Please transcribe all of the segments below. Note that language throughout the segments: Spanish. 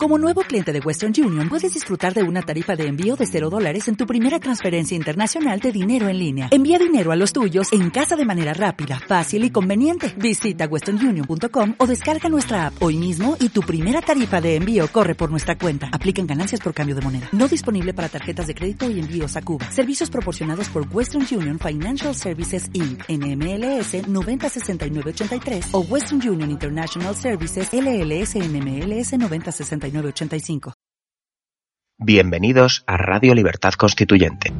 Como nuevo cliente de Western Union, puedes disfrutar de una tarifa de envío de $0 en tu primera transferencia internacional de dinero en línea. Envía dinero a los tuyos en casa de manera rápida, fácil y conveniente. Visita westernunion.com o descarga nuestra app hoy mismo y tu primera tarifa de envío corre por nuestra cuenta. Aplican ganancias por cambio de moneda. No disponible para tarjetas de crédito y envíos a Cuba. Servicios proporcionados por Western Union Financial Services Inc. NMLS 906983 o Western Union International Services LLS NMLS 906985. Bienvenidos a Radio Libertad Constituyente.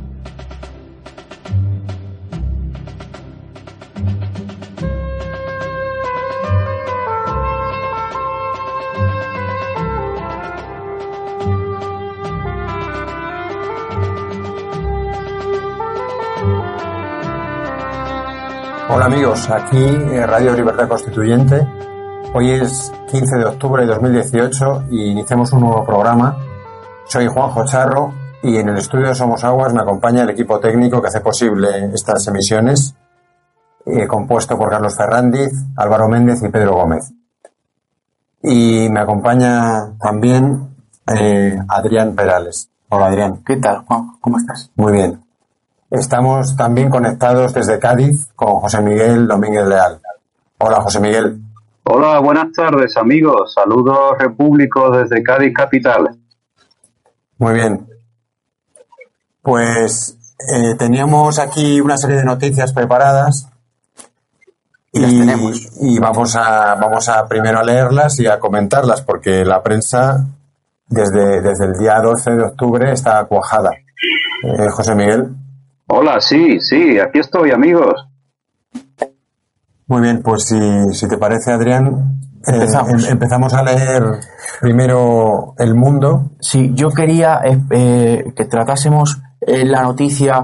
Hola amigos, aquí Radio Libertad Constituyente. Hoy es 15 de octubre de 2018 y iniciamos un nuevo programa. Soy Juanjo Charro y en el estudio de Somos Aguas me acompaña el equipo técnico que hace posible estas emisiones, compuesto por Carlos Ferrandiz, Álvaro Méndez y Pedro Gómez. Y me acompaña también Adrián Perales. Hola Adrián. ¿Qué tal, Juan? ¿Cómo estás? Muy bien. Estamos también conectados desde Cádiz con José Miguel Domínguez Leal. Hola José Miguel. Hola, buenas tardes amigos. Saludos repúblicos desde Cádiz capital. Muy bien. Pues teníamos aquí una serie de noticias preparadas y vamos a primero a leerlas y a comentarlas porque la prensa desde el día 12 de octubre está cuajada. José Miguel. Hola, sí, aquí estoy amigos. Muy bien, pues si te parece, Adrián, empezamos a leer primero El Mundo. Sí, yo quería que tratásemos la noticia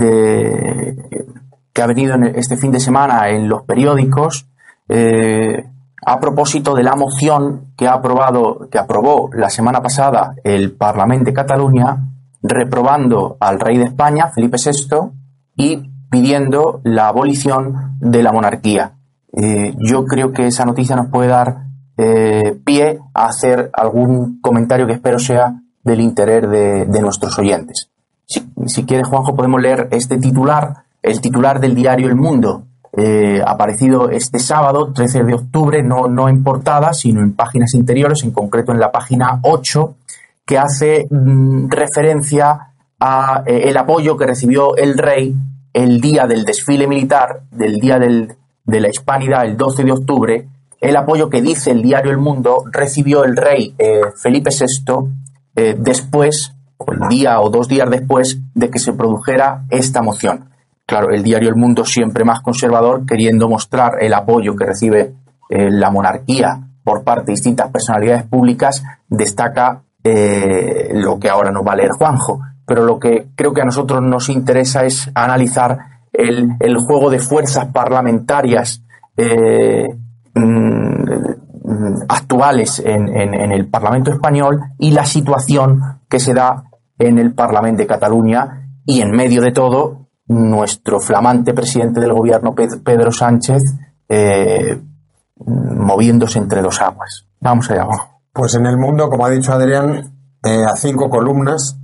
que ha venido este fin de semana en los periódicos a propósito de la moción que aprobó la semana pasada el Parlamento de Cataluña, reprobando al rey de España, Felipe VI, y pidiendo la abolición de la monarquía. Yo creo que esa noticia nos puede dar pie a hacer algún comentario que espero sea del interés de nuestros oyentes. Si quieres, Juanjo, podemos leer este titular, el titular del diario El Mundo, aparecido este sábado, 13 de octubre, no en portada, sino en páginas interiores, en concreto en la página 8, que hace referencia a el apoyo que recibió el rey el día del desfile militar, del día de la Hispanidad, el 12 de octubre, el apoyo que dice el diario El Mundo recibió el rey Felipe VI después, o el día o 2 días después de que se produjera esta moción. Claro, el diario El Mundo, siempre más conservador, queriendo mostrar el apoyo que recibe la monarquía por parte de distintas personalidades públicas, destaca lo que ahora nos va a leer Juanjo. Pero lo que creo que a nosotros nos interesa es analizar el juego de fuerzas parlamentarias actuales en el Parlamento español y la situación que se da en el Parlamento de Cataluña y, en medio de todo, nuestro flamante presidente del gobierno, Pedro Sánchez, moviéndose entre dos aguas. Vamos allá abajo. Pues en El Mundo, como ha dicho Adrián, a 5 columnas,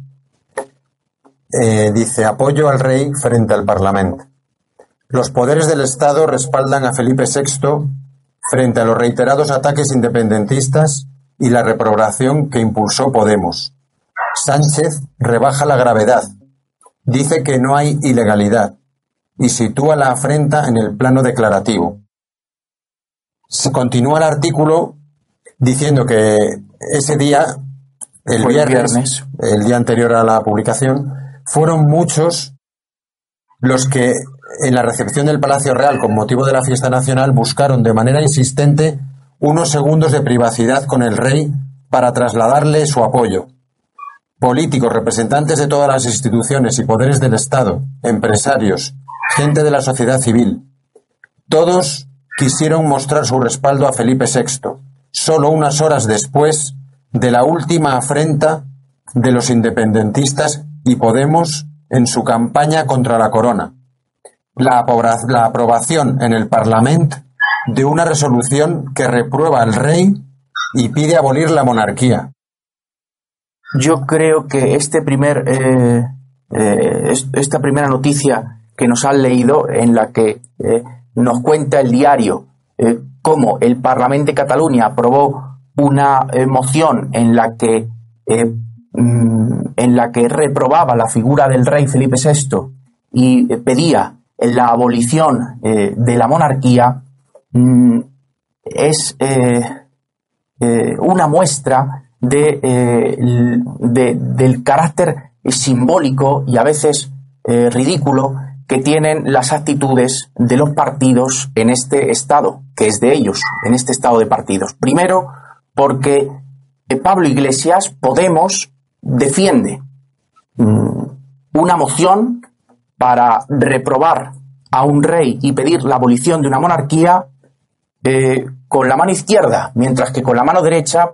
dice: apoyo al rey frente al Parlamento. Los poderes del Estado respaldan a Felipe VI frente a los reiterados ataques independentistas y la reprobación que impulsó Podemos. Sánchez rebaja la gravedad, dice que no hay ilegalidad y sitúa la afrenta en el plano declarativo. Se continúa el artículo diciendo que ese día, el viernes, el día anterior a la publicación, fueron muchos los que en la recepción del Palacio Real con motivo de la fiesta nacional buscaron de manera insistente unos segundos de privacidad con el rey para trasladarle su apoyo. Políticos, representantes de todas las instituciones y poderes del Estado, empresarios, gente de la sociedad civil, todos quisieron mostrar su respaldo a Felipe VI, solo unas horas después de la última afrenta de los independentistas y Podemos en su campaña contra la corona. La aprobación en el Parlamento de una resolución que reprueba al rey y pide abolir la monarquía. Yo creo que esta primera noticia que nos han leído, en la que nos cuenta el diario cómo el Parlamento de Cataluña aprobó una moción en la que reprobaba la figura del rey Felipe VI y pedía la abolición de la monarquía, es una muestra del carácter simbólico y a veces ridículo que tienen las actitudes de los partidos en este estado, que es de ellos, en este estado de partidos. Primero, porque Pablo Iglesias, Podemos, defiende una moción para reprobar a un rey y pedir la abolición de una monarquía con la mano izquierda, mientras que con la mano derecha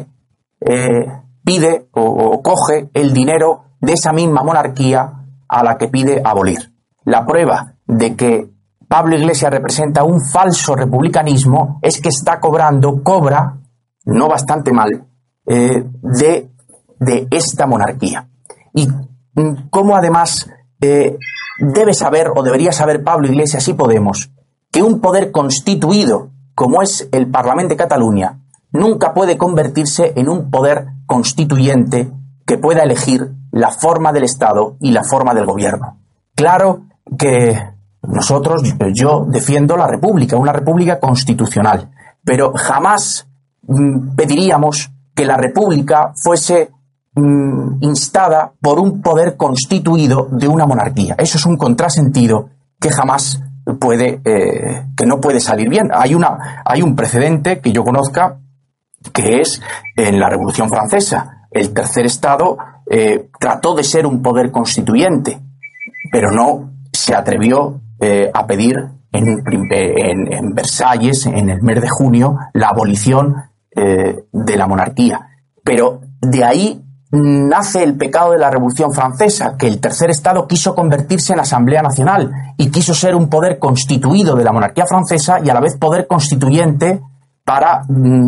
pide o coge el dinero de esa misma monarquía a la que pide abolir. La prueba de que Pablo Iglesias representa un falso republicanismo es que cobra, no bastante mal, de esta monarquía. Y como además debe saber, o debería saber Pablo Iglesias y Podemos, que un poder constituido como es el Parlamento de Cataluña nunca puede convertirse en un poder constituyente que pueda elegir la forma del Estado y la forma del gobierno. Claro que yo defiendo la República, una República constitucional, pero jamás pediríamos que la República fuese instada por un poder constituido de una monarquía. Eso es un contrasentido que jamás que no puede salir bien. Hay un precedente que yo conozca, que es en la Revolución Francesa. El tercer estado trató de ser un poder constituyente, pero no se atrevió a pedir en Versalles, en el mes de junio, la abolición de la monarquía. Pero de ahí nace el pecado de la Revolución Francesa, que el tercer estado quiso convertirse en Asamblea Nacional y quiso ser un poder constituido de la monarquía francesa y a la vez poder constituyente para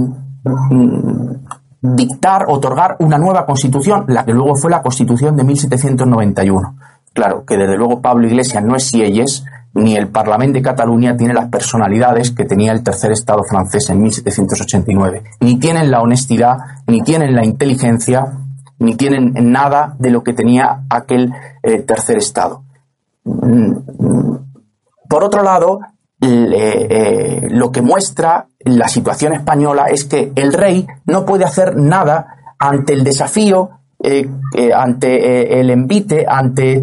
otorgar una nueva constitución, la que luego fue la Constitución de 1791. Claro que desde luego Pablo Iglesias no es Sieyès, ni el Parlamento de Cataluña tiene las personalidades que tenía el tercer estado francés en 1789. Ni tienen la honestidad, ni tienen la inteligencia, ni tienen nada de lo que tenía aquel tercer estado. Por otro lado, lo que muestra la situación española es que el rey no puede hacer nada ante el desafío, ante el envite, ante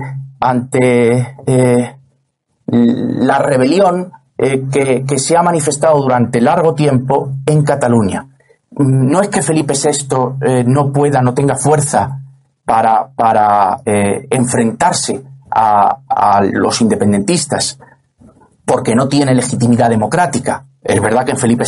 la rebelión que se ha manifestado durante largo tiempo en Cataluña. No es que Felipe VI no tenga fuerza para enfrentarse a los independentistas, porque no tiene legitimidad democrática. Es verdad que en Felipe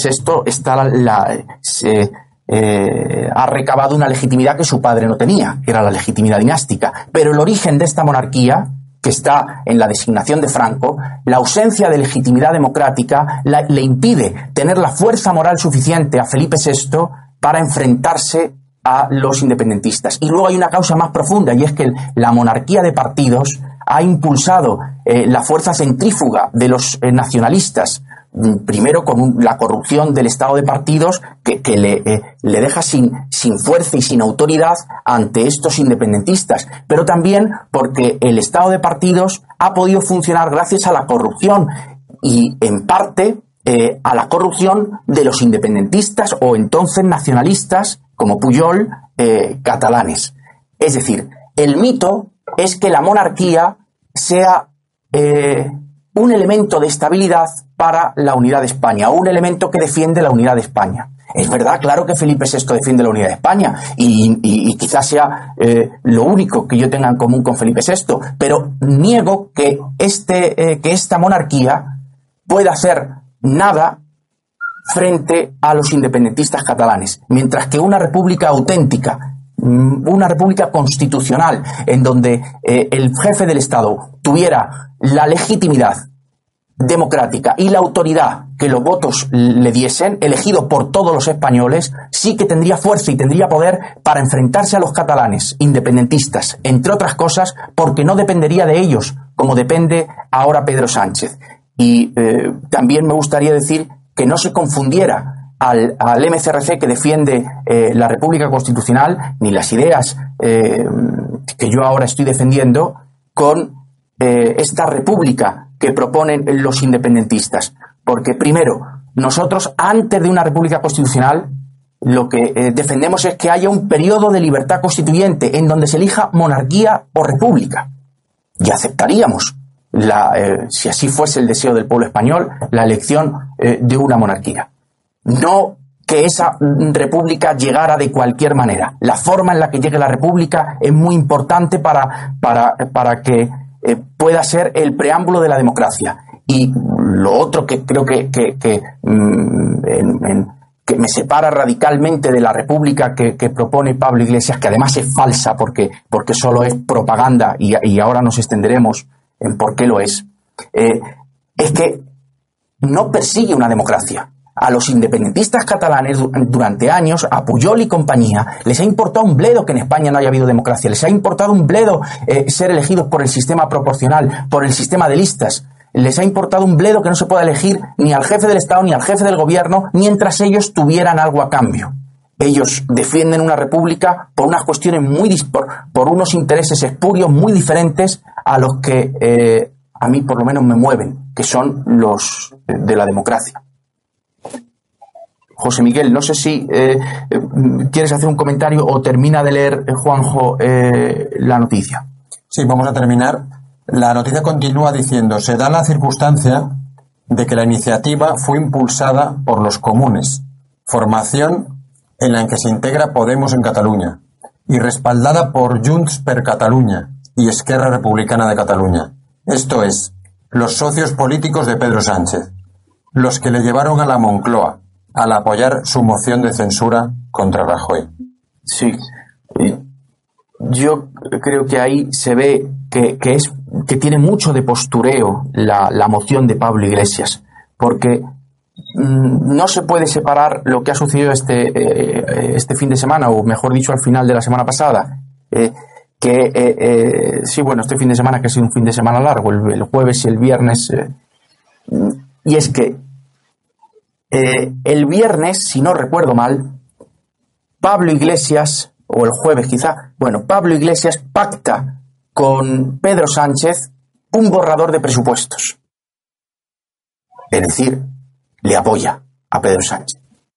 VI ha recabado una legitimidad que su padre no tenía, que era la legitimidad dinástica. Pero el origen de esta monarquía, que está en la designación de Franco, la ausencia de legitimidad democrática le impide tener la fuerza moral suficiente a Felipe VI para enfrentarse a los independentistas. Y luego hay una causa más profunda, y es que la monarquía de partidos ha impulsado la fuerza centrífuga de los nacionalistas, primero con la corrupción del estado de partidos que le deja sin fuerza y sin autoridad ante estos independentistas, pero también porque el estado de partidos ha podido funcionar gracias a la corrupción y en parte a la corrupción de los independentistas o entonces nacionalistas como Pujol, catalanes. Es decir, el mito es que la monarquía sea un elemento de estabilidad para la unidad de España, o un elemento que defiende la unidad de España. Es verdad, claro que Felipe VI defiende la unidad de España y quizás sea lo único que yo tenga en común con Felipe VI, pero niego que esta monarquía pueda hacer nada frente a los independentistas catalanes, mientras que una república auténtica, una república constitucional, en donde el jefe del Estado tuviera la legitimidad democrática y la autoridad que los votos le diesen, elegido por todos los españoles, sí que tendría fuerza y tendría poder para enfrentarse a los catalanes independentistas, entre otras cosas, porque no dependería de ellos, como depende ahora Pedro Sánchez. Y también me gustaría decir que no se confundiera al MCRC, que defiende la República Constitucional, ni las ideas que yo ahora estoy defendiendo, con esta república que proponen los independentistas. Porque primero, nosotros antes de una república constitucional lo que defendemos es que haya un periodo de libertad constituyente en donde se elija monarquía o república. Y aceptaríamos, si así fuese el deseo del pueblo español, la elección de una monarquía. No que esa república llegara de cualquier manera. La forma en la que llegue la república es muy importante para que pueda ser el preámbulo de la democracia. Y lo otro que creo que me separa radicalmente de la república que propone Pablo Iglesias, que además es falsa porque solo es propaganda, y ahora nos extenderemos en por qué lo es que no persigue una democracia. A los independentistas catalanes durante años, a Pujol y compañía, les ha importado un bledo que en España no haya habido democracia, les ha importado un bledo ser elegidos por el sistema proporcional, por el sistema de listas, les ha importado un bledo que no se pueda elegir ni al jefe del Estado ni al jefe del gobierno mientras ellos tuvieran algo a cambio. Ellos defienden una república por unas cuestiones por unos intereses espurios muy diferentes a los que a mí por lo menos me mueven, que son los de la democracia. José Miguel, no sé si quieres hacer un comentario o termina de leer, Juanjo, la noticia. Sí, vamos a terminar. La noticia continúa diciendo: se da la circunstancia de que la iniciativa fue impulsada por los comunes, formación en la que se integra Podemos en Cataluña, y respaldada por Junts per Catalunya y Esquerra Republicana de Cataluña. Esto es, los socios políticos de Pedro Sánchez, los que le llevaron a la Moncloa al apoyar su moción de censura contra Rajoy. Sí, yo creo que ahí se ve que tiene mucho de postureo la moción de Pablo Iglesias, porque no se puede separar lo que ha sucedido este fin de semana, o mejor dicho, al final de la semana pasada, este fin de semana, que ha sido un fin de semana largo, el jueves y el viernes, y es que el viernes, si no recuerdo mal, Pablo Iglesias, o el jueves quizá, Pablo Iglesias pacta con Pedro Sánchez un borrador de presupuestos. Es decir, le apoya a Pedro Sánchez.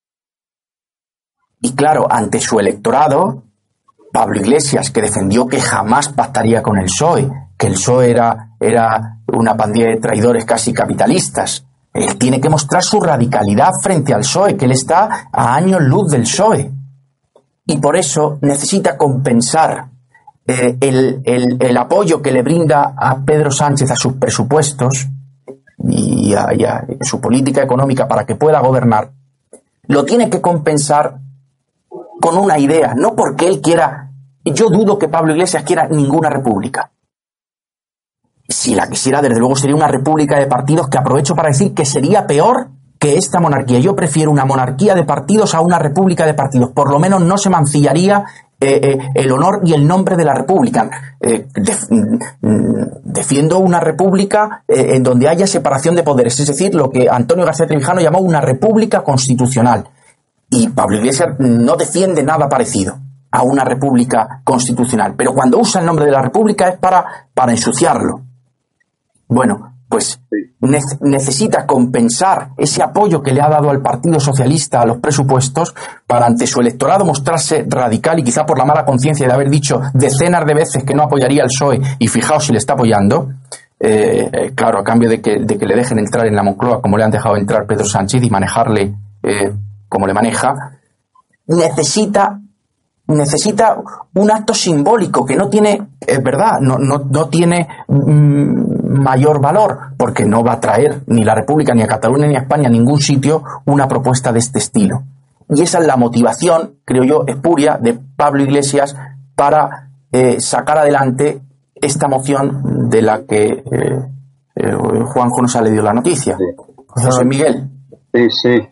Y claro, ante su electorado, Pablo Iglesias, que defendió que jamás pactaría con el PSOE, que el PSOE era una pandilla de traidores casi capitalistas, él tiene que mostrar su radicalidad frente al PSOE, que él está a años luz del PSOE. Y por eso necesita compensar el apoyo que le brinda a Pedro Sánchez a sus presupuestos y a su política económica para que pueda gobernar. Lo tiene que compensar con una idea, no porque él quiera. Yo dudo que Pablo Iglesias quiera ninguna república. Si la quisiera, desde luego sería una república de partidos, que aprovecho para decir que sería peor que esta monarquía. Yo prefiero una monarquía de partidos a una república de partidos. Por lo menos no se mancillaría el honor y el nombre de la república. Defiendo una república en donde haya separación de poderes, es decir, lo que Antonio García Trevijano llamó una república constitucional. Y Pablo Iglesias no defiende nada parecido a una república constitucional. Pero cuando usa el nombre de la república es para ensuciarlo. Bueno, pues necesita compensar ese apoyo que le ha dado al Partido Socialista a los presupuestos para, ante su electorado, mostrarse radical, y quizá por la mala conciencia de haber dicho decenas de veces que no apoyaría al PSOE, y fijaos si le está apoyando, claro, a cambio de que le dejen entrar en la Moncloa como le han dejado entrar Pedro Sánchez y manejarle como le maneja. Necesita un acto simbólico que no tiene, es verdad, no tiene mayor valor, porque no va a traer ni la República, ni a Cataluña, ni a España, a ningún sitio, una propuesta de este estilo. Y esa es la motivación, creo yo, espuria de Pablo Iglesias para sacar adelante esta moción de la que Juanjo nos ha leído la noticia. Sí. José Miguel. Sí.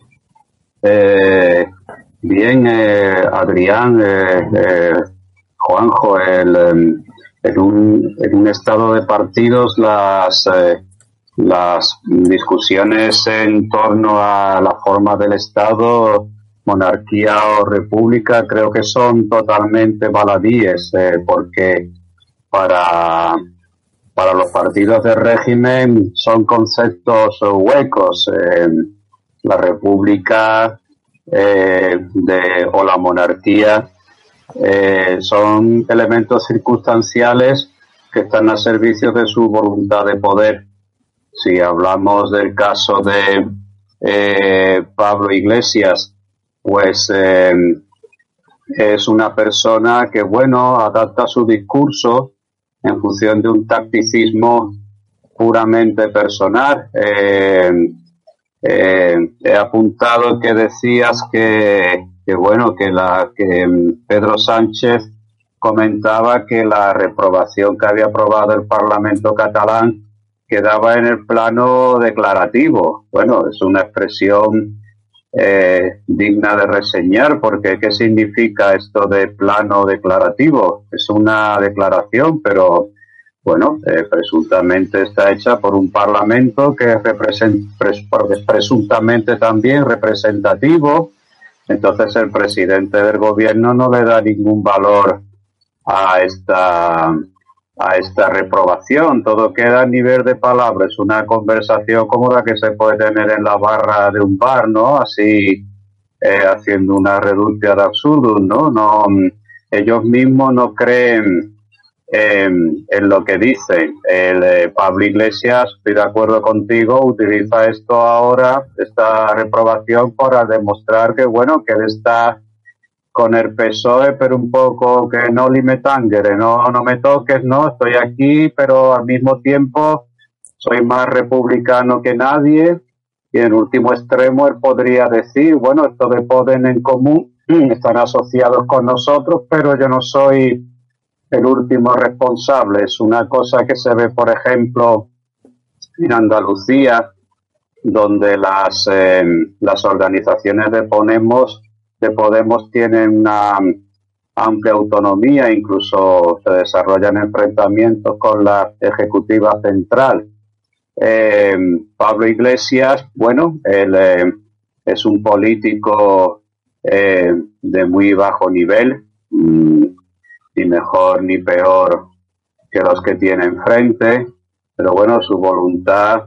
Bien, Adrián, Juanjo, en un estado de partidos las discusiones en torno a la forma del Estado, monarquía o república, creo que son totalmente baladíes, porque para los partidos de régimen son conceptos huecos. La república o la monarquía son elementos circunstanciales que están al servicio de su voluntad de poder. Si hablamos del caso de Pablo Iglesias, pues es una persona que, adapta su discurso en función de un tacticismo puramente personal. He apuntado que decías que Pedro Sánchez comentaba que la reprobación que había aprobado el Parlamento catalán quedaba en el plano declarativo. Bueno, es una expresión digna de reseñar, porque ¿qué significa esto de plano declarativo? Es una declaración, pero presuntamente está hecha por un Parlamento que es presuntamente también representativo. Entonces el presidente del gobierno no le da ningún valor a esta reprobación. Todo queda a nivel de palabras, una conversación como la que se puede tener en la barra de un bar, ¿no? Así, haciendo una reducción de absurdum, ¿no? Ellos mismos no creen en lo que dicen. Pablo Iglesias, estoy de acuerdo contigo, utiliza esto ahora, esta reprobación, para demostrar que él está con el PSOE, pero un poco que no me tangere, no me toques, no, estoy aquí, pero al mismo tiempo soy más republicano que nadie. Y en último extremo él podría decir, esto de Podem en Común están asociados con nosotros, pero yo no soy el último responsable. Es una cosa que se ve, por ejemplo, en Andalucía, donde las organizaciones de Podemos tienen una amplia autonomía, incluso se desarrollan enfrentamientos con la ejecutiva central. Pablo Iglesias, él es un político de muy bajo nivel, ni mejor ni peor que los que tiene enfrente, pero su voluntad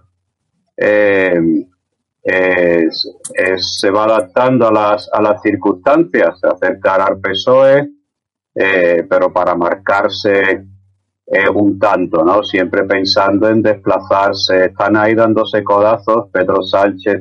se va adaptando a las circunstancias, se acercar al PSOE, pero para marcarse un tanto, ¿no? Siempre pensando en desplazarse. Están ahí dándose codazos Pedro Sánchez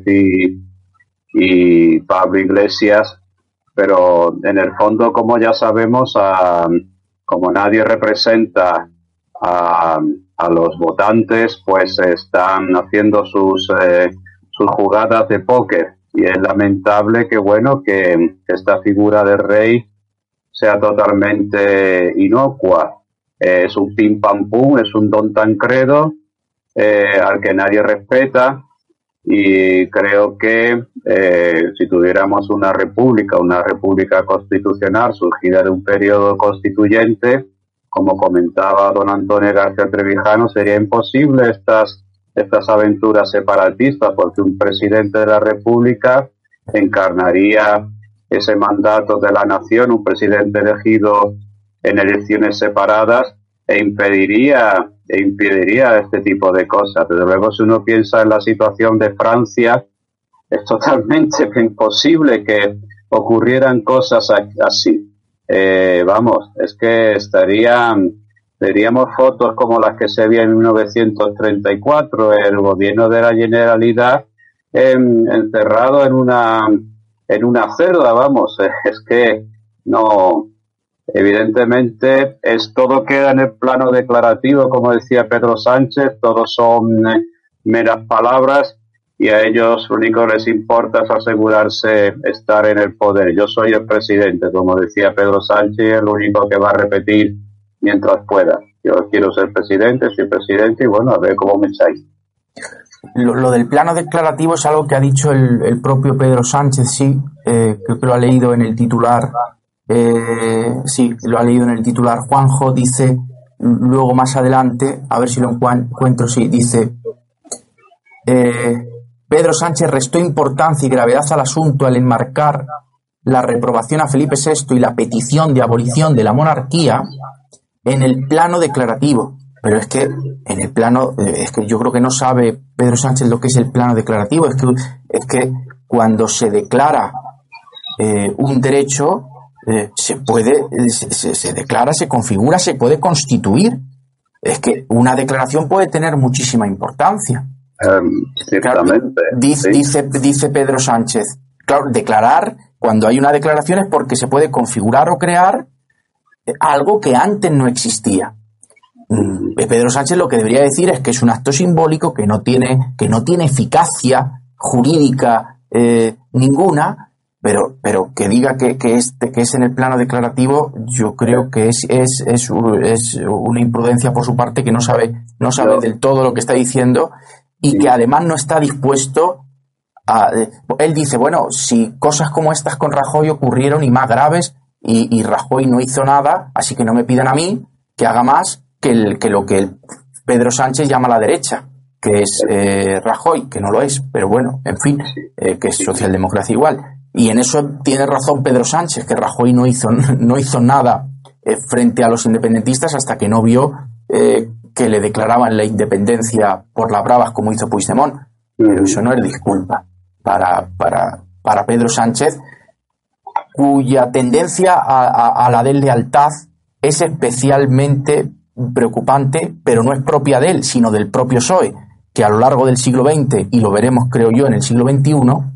y Pablo Iglesias, pero en el fondo, como ya sabemos, como nadie representa a los votantes, pues están haciendo sus jugadas de póker, y es lamentable que esta figura de rey sea totalmente inocua. Es un pim pam pum, es un don Tancredo al que nadie respeta, y creo que si tuviéramos una república constitucional surgida de un periodo constituyente, como comentaba don Antonio García Trevijano, sería imposible estas aventuras separatistas, porque un presidente de la República encarnaría ese mandato de la nación, un presidente elegido en elecciones separadas, e impediría este tipo de cosas. Desde luego, si uno piensa en la situación de Francia, es totalmente imposible que ocurrieran cosas así. Es que veríamos fotos como las que se veían en 1934, el gobierno de la Generalidad encerrado en una celda, es que no, evidentemente todo queda en el plano declarativo, como decía Pedro Sánchez, todos son meras palabras, y a ellos lo único que les importa es asegurarse estar en el poder. Yo soy el presidente, como decía Pedro Sánchez, lo único que va a repetir mientras pueda. Yo quiero ser presidente, soy presidente, y a ver cómo me echáis. Lo del plano declarativo es algo que ha dicho el propio Pedro Sánchez, sí, creo que lo ha leído en el titular, sí, lo ha leído en el titular. Juanjo dice, luego más adelante, a ver si lo encuentro, sí, dice, Pedro Sánchez restó importancia y gravedad al asunto al enmarcar la reprobación a Felipe VI y la petición de abolición de la monarquía en el plano declarativo. Pero es que en el plano, es que yo creo que no sabe Pedro Sánchez lo que es el plano declarativo. Es que cuando se declara un derecho, se declara, se configura, se puede constituir. Es que una declaración puede tener muchísima importancia. Ciertamente. Claro, dice Pedro Sánchez, claro, declarar, cuando hay una declaración es porque se puede configurar o crear algo que antes no existía. Pedro Sánchez lo que debería decir es que es un acto simbólico que no tiene eficacia jurídica ninguna, pero que diga que es en el plano declarativo, yo creo que es una imprudencia por su parte, que no sabe del todo lo que está diciendo, y que además no está dispuesto a... Él dice, bueno, si cosas como estas con Rajoy ocurrieron y más graves, y Rajoy no hizo nada, así que no me pidan a mí que haga más que lo que Pedro Sánchez llama la derecha, que es Rajoy, que no lo es, pero bueno, en fin, que es socialdemocracia igual. Y en eso tiene razón Pedro Sánchez, que Rajoy no hizo nada frente a los independentistas hasta que no vio que le declaraban la independencia por las bravas, como hizo Puigdemont. Pero eso no es disculpa para Pedro Sánchez, cuya tendencia a la deslealtad es especialmente preocupante, pero no es propia de él, sino del propio PSOE, que a lo largo del siglo XX, y lo veremos creo yo en el siglo XXI,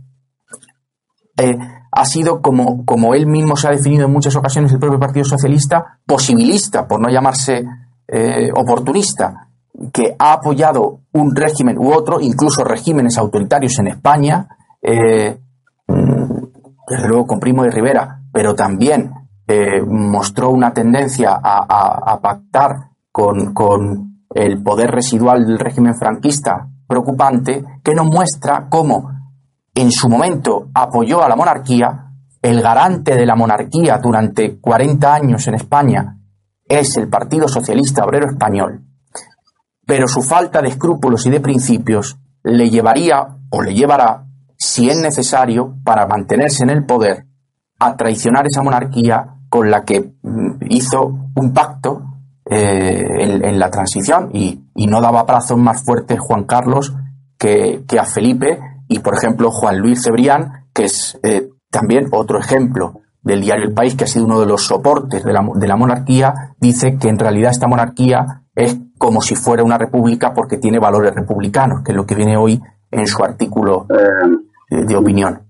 ha sido, como él mismo se ha definido en muchas ocasiones, el propio Partido Socialista, posibilista, por no llamarse oportunista, que ha apoyado un régimen u otro, incluso regímenes autoritarios en España, desde luego con Primo de Rivera, pero también mostró una tendencia a pactar con el poder residual del régimen franquista preocupante, que nos muestra cómo en su momento apoyó a la monarquía. El garante de la monarquía durante 40 años en España es el Partido Socialista Obrero Español, pero su falta de escrúpulos y de principios le llevaría o le llevará, si es necesario, para mantenerse en el poder, a traicionar esa monarquía con la que hizo un pacto en la transición, y no daba plazos más fuertes Juan Carlos que a Felipe. Y por ejemplo Juan Luis Cebrián, que es también otro ejemplo del diario El País, que ha sido uno de los soportes de la monarquía, dice que en realidad esta monarquía es como si fuera una república porque tiene valores republicanos, que es lo que viene hoy en su artículo de opinión.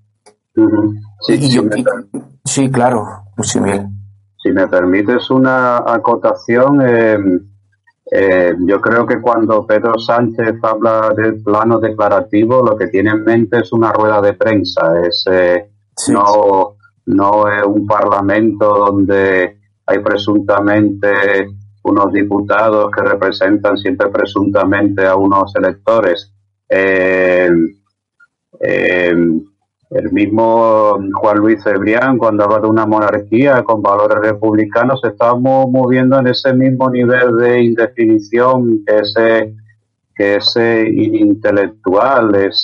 Sí, claro, sí, Miguel. Si me permites una acotación, yo creo que cuando Pedro Sánchez habla del plano declarativo, lo que tiene en mente es una rueda de prensa, no es un parlamento donde hay presuntamente unos diputados que representan siempre presuntamente a unos electores. El mismo Juan Luis Cebrián, cuando habla de una monarquía con valores republicanos, estamos moviendo en ese mismo nivel de indefinición que ese intelectual, es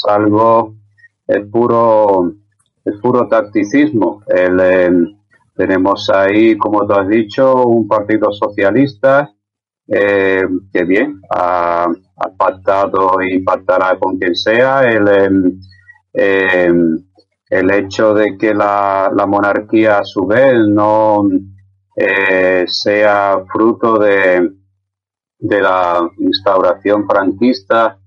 puro tacticismo. Tenemos ahí, como tú has dicho, un partido socialista que bien ha pactado y pactará con quien sea. El hecho de que la monarquía a su vez no sea fruto de la instauración franquista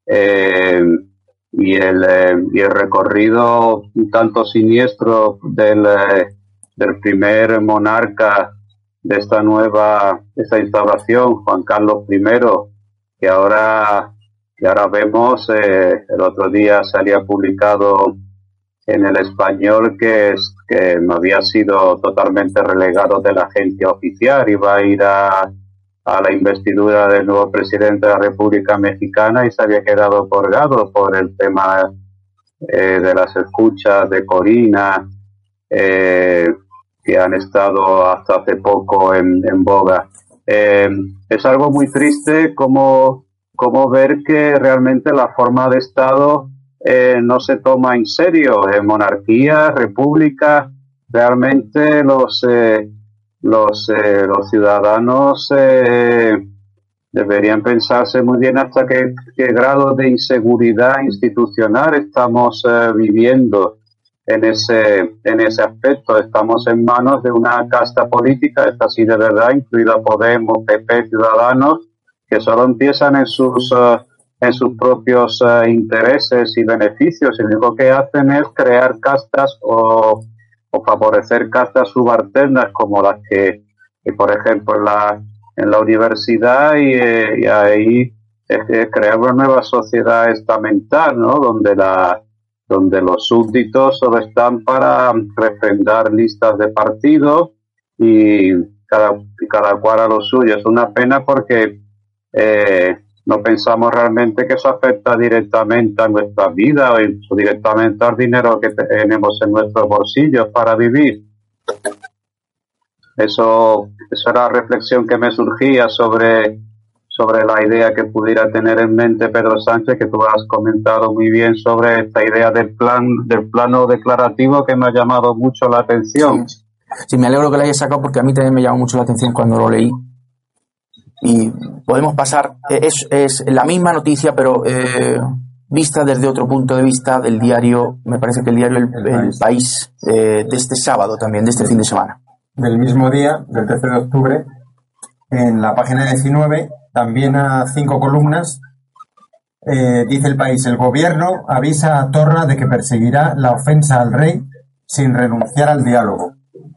y el recorrido un tanto siniestro del primer monarca de esta instauración, Juan Carlos I, que ahora vemos, el otro día salía publicado en El Español que no había sido totalmente relegado de la agencia oficial, iba a ir a a la investidura del nuevo presidente de la República Mexicana y se había quedado colgado por el tema de las escuchas de Corina, que han estado hasta hace poco en boga. Es algo muy triste como ver que realmente la forma de Estado no se toma en serio. En monarquía, república, realmente los ciudadanos deberían pensarse muy bien hasta qué grado de inseguridad institucional estamos viviendo en ese aspecto. Estamos en manos de una casta política, esta sí de verdad, incluida Podemos, PP, Ciudadanos, que solo empiezan en sus propios intereses y beneficios, y lo único que hacen es crear castas o favorecer castas subalternas como las que por ejemplo, en la universidad, y ahí es crear una nueva sociedad estamental, ¿no? Donde los súbditos solo están para refrendar listas de partidos y cada cual a lo suyo. Es una pena porque no pensamos realmente que eso afecta directamente a nuestra vida o directamente al dinero que tenemos en nuestros bolsillos para vivir. Eso era la reflexión que me surgía sobre la idea que pudiera tener en mente Pedro Sánchez, que tú has comentado muy bien sobre esta idea del plano declarativo, que me ha llamado mucho la atención. Sí, me alegro que lo hayas sacado porque a mí también me llamó mucho la atención cuando lo leí. Y podemos pasar, es la misma noticia, pero vista desde otro punto de vista del diario, me parece que el diario El País, de este sábado también, de este fin de semana. Del mismo día, del 13 de octubre, en la página 19, también a 5 columnas, dice El País: el gobierno avisa a Torra de que perseguirá la ofensa al rey sin renunciar al diálogo.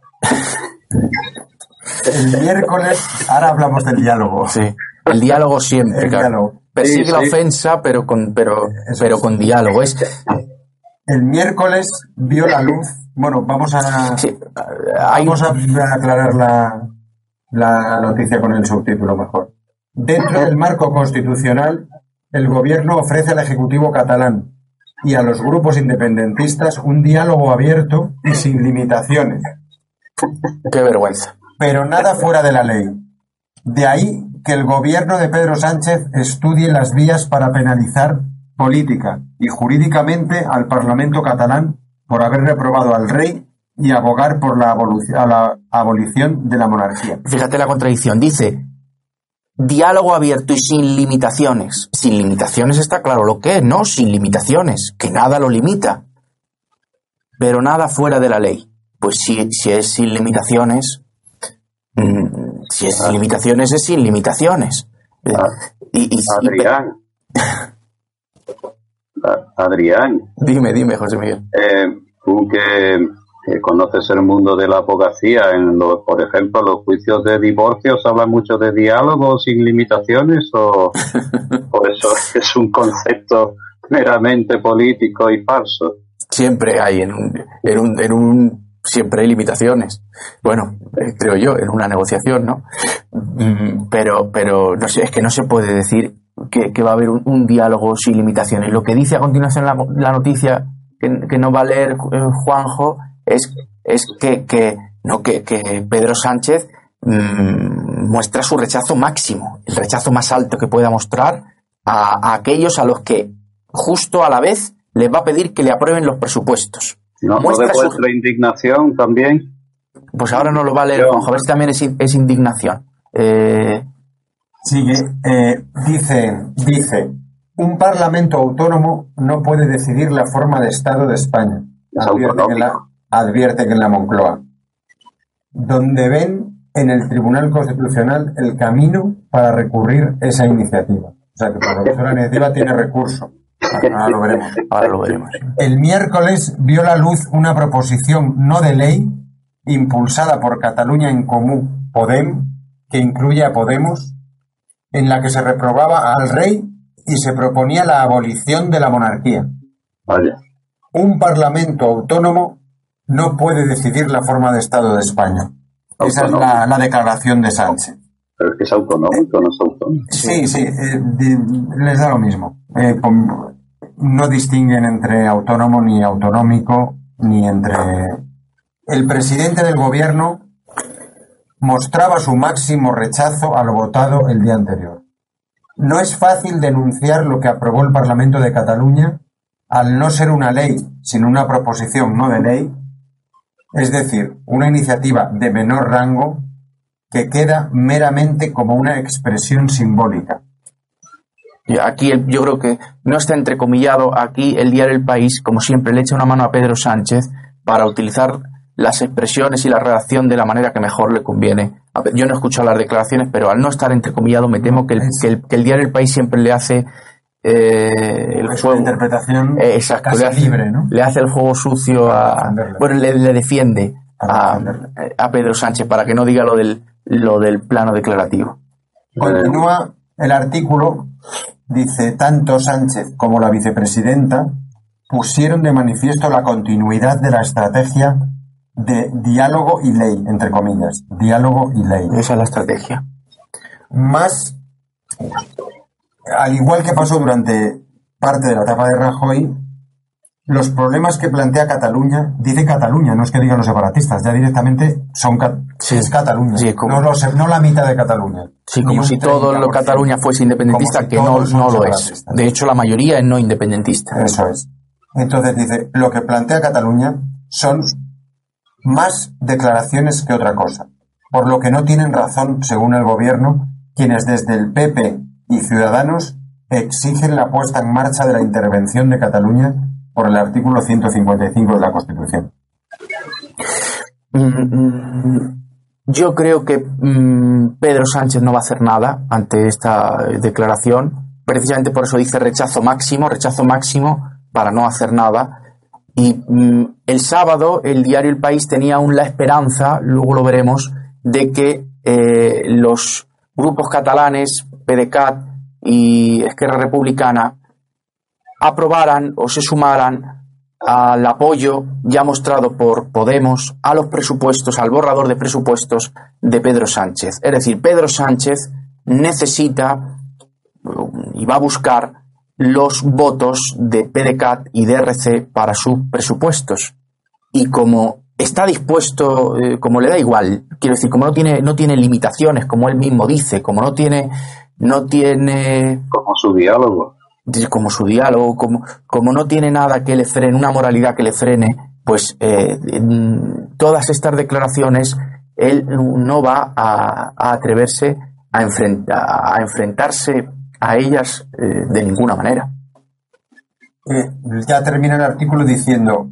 El miércoles, ahora hablamos del diálogo. Sí, el diálogo siempre, claro. Diálogo. Persigue la ofensa, pero con diálogo. El miércoles vio la luz. Bueno, vamos a aclarar la noticia con el subtítulo mejor. Dentro del marco constitucional, el gobierno ofrece al Ejecutivo catalán y a los grupos independentistas un diálogo abierto y sin limitaciones. ¡Qué vergüenza! Pero nada fuera de la ley. De ahí que el gobierno de Pedro Sánchez estudie las vías para penalizar política y jurídicamente al Parlamento catalán por haber reprobado al rey y abogar por la abolición de la monarquía. Fíjate la contradicción. Dice: diálogo abierto y sin limitaciones. Sin limitaciones está claro lo que es, ¿no? Sin limitaciones, que nada lo limita. Pero nada fuera de la ley. Pues si es sin limitaciones, es sin limitaciones. Adrián. Dime, José Miguel. Tú que conoces el mundo de la abogacía, por ejemplo, los juicios de divorcio, ¿se habla mucho de diálogo sin limitaciones o eso es un concepto meramente político y falso? Siempre hay siempre hay limitaciones. Bueno, creo yo, en una negociación, ¿no? Pero no sé, es que no se puede decir que va a haber un diálogo sin limitaciones. Lo que dice a continuación la noticia que no va a leer Juanjo es que Pedro Sánchez muestra su rechazo máximo, el rechazo más alto que pueda mostrar a aquellos a los que justo a la vez les va a pedir que le aprueben los presupuestos. ¿No demuestra indignación también? Pues ahora no lo va a leer Juanjo, a ver si también es indignación. Sigue, dice, un parlamento autónomo no puede decidir la forma de Estado de España, advierten en la Moncloa, donde ven en el Tribunal Constitucional el camino para recurrir esa iniciativa. O sea que por lo menos la iniciativa tiene recurso. Ahora lo veremos. El miércoles vio la luz una proposición no de ley impulsada por Cataluña en Comú Podem, que incluye a Podemos, en la que se reprobaba al rey y se proponía la abolición de la monarquía. Vaya. Un parlamento autónomo no puede decidir la forma de Estado de España. Esa es la declaración de Sánchez. Pero es que es autonómico, no es autónomo. Sí, les da lo mismo. No distinguen entre autónomo ni autonómico, ni entre... El presidente del gobierno mostraba su máximo rechazo a lo votado el día anterior. No es fácil denunciar lo que aprobó el Parlamento de Cataluña al no ser una ley, sino una proposición no de ley, es decir, una iniciativa de menor rango que queda meramente como una expresión simbólica. Aquí yo creo que no está entrecomillado. Aquí el diario El País, como siempre, le echa una mano a Pedro Sánchez para utilizar las expresiones y la redacción de la manera que mejor le conviene. Yo no he escuchado las declaraciones, pero al no estar entrecomillado me temo que el diario El País siempre le hace el juego, interpretación exacto, casi libre, ¿no? Le hace el juego sucio le defiende a Pedro Sánchez para que no diga lo del plano declarativo. Continúa el artículo, dice: tanto Sánchez como la vicepresidenta pusieron de manifiesto la continuidad de la estrategia de diálogo y ley, entre comillas, diálogo y ley. Esa es la estrategia. Más, al igual que pasó durante parte de la etapa de Rajoy, los problemas que plantea Cataluña, dice Cataluña, no es que digan los separatistas, ya directamente es Cataluña, sí, no la mitad de Cataluña. Sí, como si todo lo Cataluña fuese independentista, si que no lo es. De hecho, la mayoría es no independentista. Eso es. Entonces dice, lo que plantea Cataluña son más declaraciones que otra cosa, por lo que no tienen razón, según el gobierno, quienes desde el PP y Ciudadanos exigen la puesta en marcha de la intervención de Cataluña por el artículo 155 de la Constitución. Yo creo que Pedro Sánchez no va a hacer nada ante esta declaración. Precisamente por eso dice rechazo máximo para no hacer nada. Y el sábado el diario El País tenía aún la esperanza, luego lo veremos, de que los grupos catalanes, PDeCAT y Esquerra Republicana, aprobaran o se sumaran al apoyo ya mostrado por Podemos a los presupuestos, al borrador de presupuestos de Pedro Sánchez. Es decir, Pedro Sánchez necesita y va a buscar los votos de PDeCAT y de RC para sus presupuestos. Y como está dispuesto, como le da igual, quiero decir, como no tiene limitaciones, como él mismo dice, como no tiene como su diálogo, como no tiene nada que le frene, una moralidad que le frene, pues todas estas declaraciones él no va a atreverse a enfrentarse a ellas de ninguna manera. Ya termina el artículo diciendo,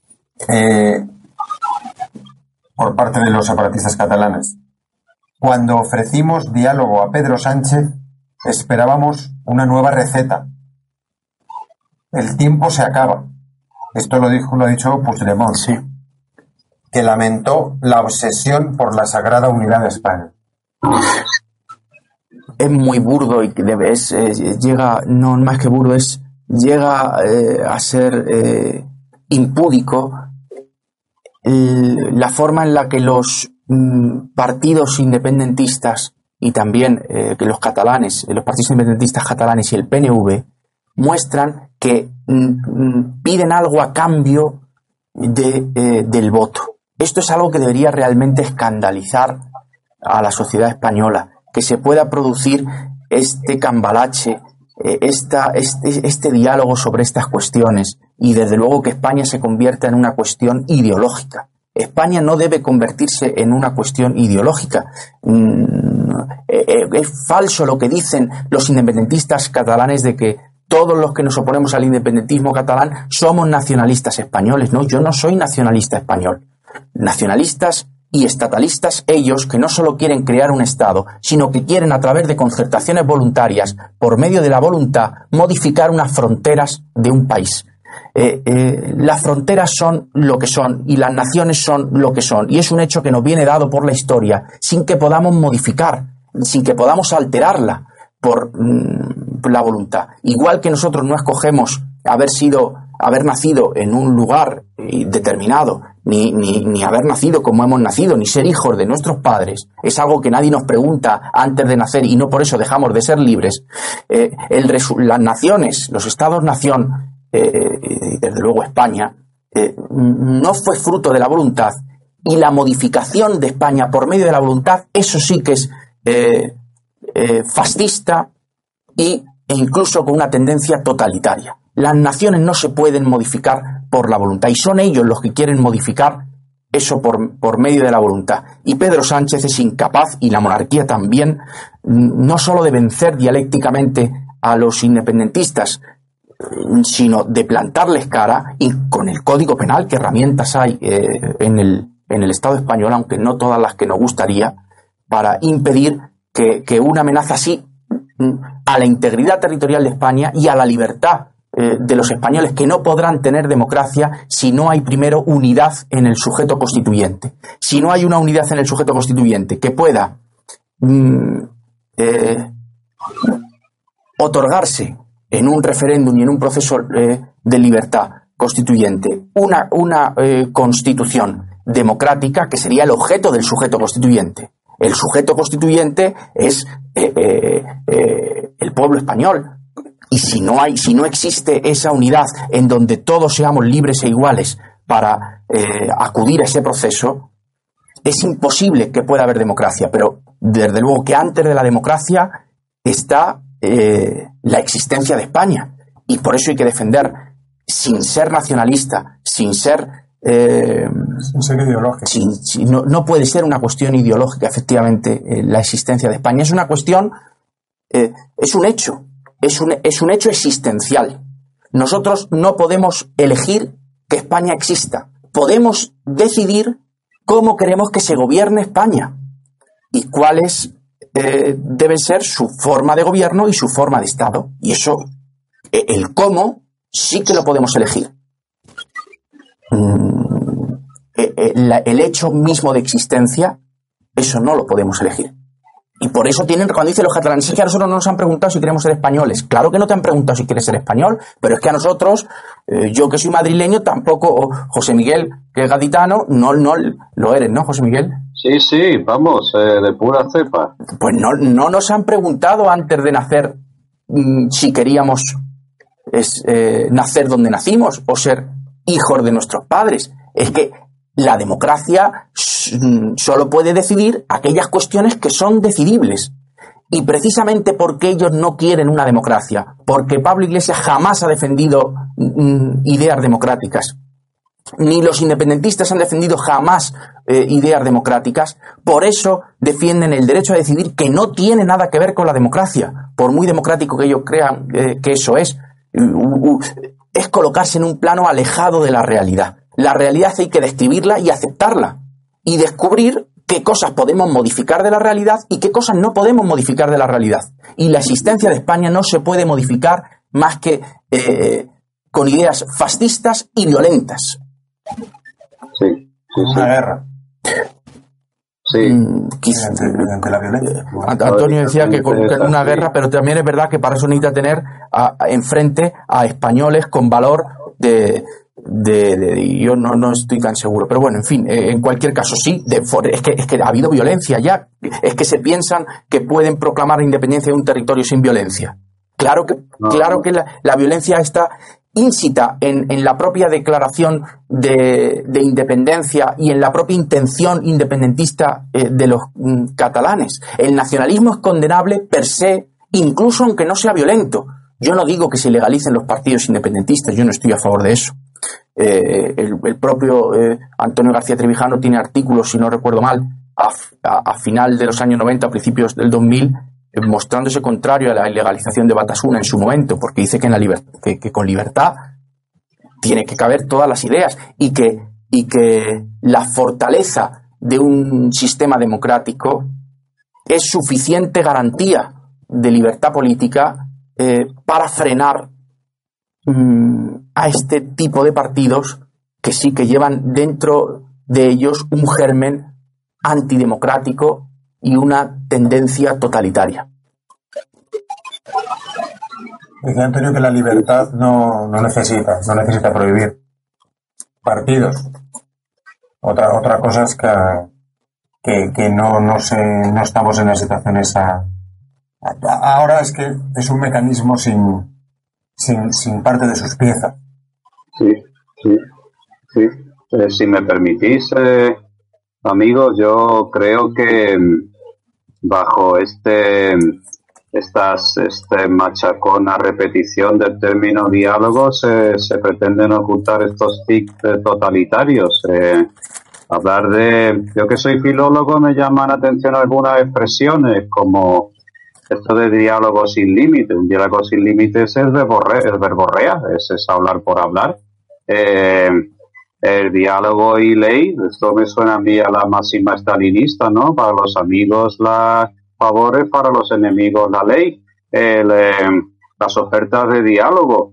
por parte de los separatistas catalanes, cuando ofrecimos diálogo a Pedro Sánchez, esperábamos una nueva receta. El tiempo se acaba. Esto lo ha dicho Puigdemont, sí, que lamentó la obsesión por la sagrada unidad de España. Es muy burdo y llega, no más que burdo, llega a ser impúdico la forma en la que los partidos independentistas y también que los partidos independentistas catalanes y el PNV muestran que piden algo a cambio del voto. Esto es algo que debería realmente escandalizar a la sociedad española, que se pueda producir este cambalache, este diálogo sobre estas cuestiones, y desde luego que España se convierta en una cuestión ideológica. España no debe convertirse en una cuestión ideológica. Es falso lo que dicen los independentistas catalanes de que todos los que nos oponemos al independentismo catalán somos nacionalistas españoles. No, yo no soy nacionalista español. Nacionalistas y estatalistas ellos, que no solo quieren crear un Estado, sino que quieren, a través de concertaciones voluntarias, por medio de la voluntad, modificar unas fronteras de un país. Las fronteras son lo que son y las naciones son lo que son, y es un hecho que nos viene dado por la historia sin que podamos modificar, sin que podamos alterarla por la voluntad. Igual que nosotros no escogemos haber nacido en un lugar determinado, ni haber nacido como hemos nacido, ni ser hijos de nuestros padres, es algo que nadie nos pregunta antes de nacer y no por eso dejamos de ser libres. Las naciones, los estados-nación, y desde luego España, no fue fruto de la voluntad, y la modificación de España por medio de la voluntad, eso sí que es fascista e incluso con una tendencia totalitaria. Las naciones no se pueden modificar por la voluntad y son ellos los que quieren modificar eso por medio de la voluntad. Y Pedro Sánchez es incapaz, y la monarquía también, no solo de vencer dialécticamente a los independentistas, sino de plantarles cara, y con el Código Penal, que herramientas hay en el Estado español, aunque no todas las que nos gustaría, para impedir que una amenaza así a la integridad territorial de España y a la libertad de los españoles, que no podrán tener democracia si no hay primero unidad en el sujeto constituyente. Si no hay una unidad en el sujeto constituyente que pueda otorgarse en un referéndum y en un proceso de libertad constituyente una constitución democrática, que sería el objeto del sujeto constituyente. El sujeto constituyente es el pueblo español. Y si no existe esa unidad en donde todos seamos libres e iguales para acudir a ese proceso, es imposible que pueda haber democracia. Pero desde luego que antes de la democracia está la existencia de España. Y por eso hay que defender, sin ser nacionalista, sin ser ideológico. No puede ser una cuestión ideológica, efectivamente, la existencia de España. Es una cuestión, es un hecho. Es un hecho existencial. Nosotros no podemos elegir que España exista. Podemos decidir cómo queremos que se gobierne España y cuáles deben ser su forma de gobierno y su forma de Estado. Y eso, el cómo, sí que lo podemos elegir. El hecho mismo de existencia, eso no lo podemos elegir. Y por eso cuando dicen los catalanes, es que a nosotros no nos han preguntado si queremos ser españoles. Claro que no te han preguntado si quieres ser español, pero es que a nosotros, yo que soy madrileño, tampoco, o José Miguel, que es gaditano, no lo eres, ¿no, José Miguel? Sí, vamos, de pura cepa. Pues no nos han preguntado antes de nacer si queríamos nacer donde nacimos o ser hijos de nuestros padres. Es que la democracia solo puede decidir aquellas cuestiones que son decidibles. Y precisamente porque ellos no quieren una democracia, porque Pablo Iglesias jamás ha defendido ideas democráticas, ni los independentistas han defendido jamás ideas democráticas, por eso defienden el derecho a decidir, que no tiene nada que ver con la democracia, por muy democrático que ellos crean que eso es colocarse en un plano alejado de la realidad. La realidad hay que describirla y aceptarla y descubrir qué cosas podemos modificar de la realidad y qué cosas no podemos modificar de la realidad. Y la existencia de España no se puede modificar más que con ideas fascistas y violentas. Sí. Una guerra. Sí. Ante la violencia. Antonio decía que con una guerra, pero también es verdad que para eso necesita tener enfrente a españoles con valor yo no estoy tan seguro, pero bueno, en fin, en cualquier caso sí, es que ha habido violencia ya, es que se piensan que pueden proclamar la independencia de un territorio sin violencia. Claro que la violencia está íncita en la propia declaración de independencia y en la propia intención independentista de los catalanes. El nacionalismo es condenable per se, incluso aunque no sea violento. Yo no digo que se legalicen los partidos independentistas, yo no estoy a favor de eso. El propio Antonio García Trevijano tiene artículos, si no recuerdo mal, a final de los años 90, a principios del 2000, mostrándose contrario a la ilegalización de Batasuna en su momento, porque dice que con libertad tiene que caber todas las ideas y que la fortaleza de un sistema democrático es suficiente garantía de libertad política para frenar a este tipo de partidos que sí que llevan dentro de ellos un germen antidemocrático y una tendencia totalitaria. Dice Antonio que la libertad no necesita prohibir partidos. Otra cosa es que no estamos en la situación esa. Ahora es que es un mecanismo sin parte de sus piezas. Sí. Si me permitís, amigos, yo creo que bajo esta machacona repetición del término diálogo se pretenden ocultar estos tics totalitarios. Yo que soy filólogo, me llaman la atención algunas expresiones como esto de diálogo sin límites. Un diálogo sin límites es verborrea, es hablar por hablar. El diálogo y ley, esto me suena a mí a la máxima stalinista, ¿no? Para los amigos favores, para los enemigos la ley. Las ofertas de diálogo.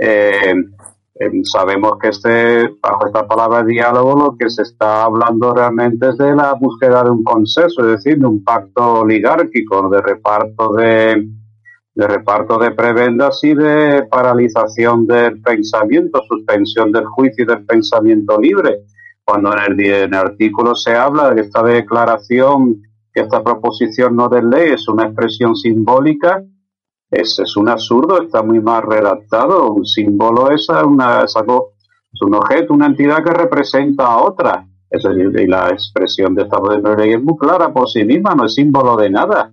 Sabemos que bajo esta palabra diálogo lo que se está hablando realmente es de la búsqueda de un consenso, es decir, de un pacto oligárquico, de reparto de prebendas y de paralización del pensamiento, suspensión del juicio y del pensamiento libre. Cuando en el artículo se habla de que esta declaración, que esta proposición no de ley es una expresión simbólica, es un absurdo, está muy mal redactado. Un símbolo es un objeto, una entidad que representa a otra. Y la expresión de esta ley es muy clara por sí misma, no es símbolo de nada.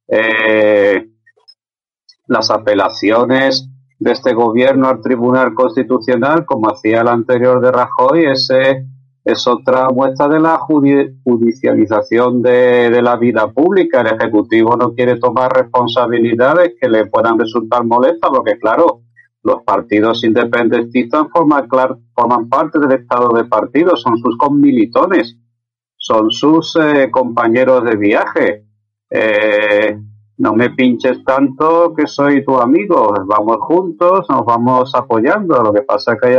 Las apelaciones de este gobierno al Tribunal Constitucional, como hacía el anterior de Rajoy, es otra muestra de la judicialización de la vida pública. El Ejecutivo no quiere tomar responsabilidades que le puedan resultar molestas, porque claro, los partidos independentistas forman parte del estado de partido, son sus conmilitones, son sus compañeros de viaje. No me pinches tanto que soy tu amigo, vamos juntos, nos vamos apoyando. Lo que pasa es que hay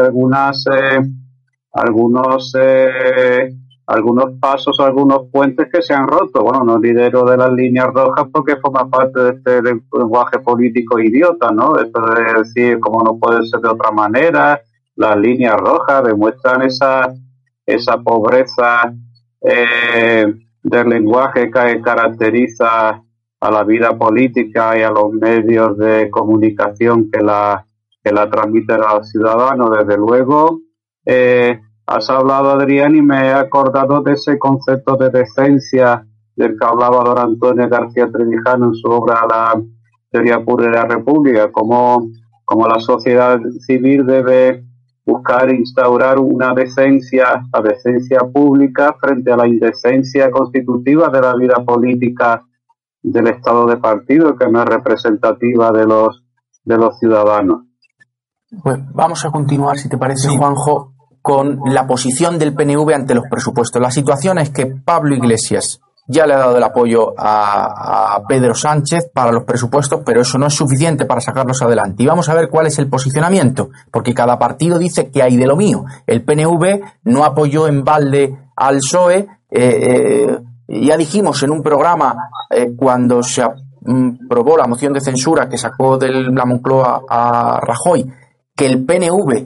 algunos pasos, algunos puentes que se han roto. Bueno, no lidero de las líneas rojas porque forma parte de este lenguaje político idiota, ¿no? Esto de decir, como no puede ser de otra manera, las líneas rojas demuestran esa pobreza del lenguaje que caracteriza a la vida política y a los medios de comunicación que la transmiten a los ciudadanos. Desde luego, has hablado, Adrián, y me he acordado de ese concepto de decencia del que hablaba don Antonio García Trevijano en su obra La teoría pura de la República, como la sociedad civil debe buscar instaurar una decencia, la decencia pública frente a la indecencia constitutiva de la vida política del estado de partido, que no es representativa de los ciudadanos. Pues vamos a continuar, si te parece, sí, Juanjo, con la posición del PNV ante los presupuestos. La situación es que Pablo Iglesias ya le ha dado el apoyo a Pedro Sánchez para los presupuestos, pero eso no es suficiente para sacarlos adelante. Y vamos a ver cuál es el posicionamiento, porque cada partido dice que hay de lo mío. El PNV no apoyó en balde al PSOE. Ya dijimos en un programa, cuando se aprobó la moción de censura que sacó de la Moncloa a Rajoy, que el PNV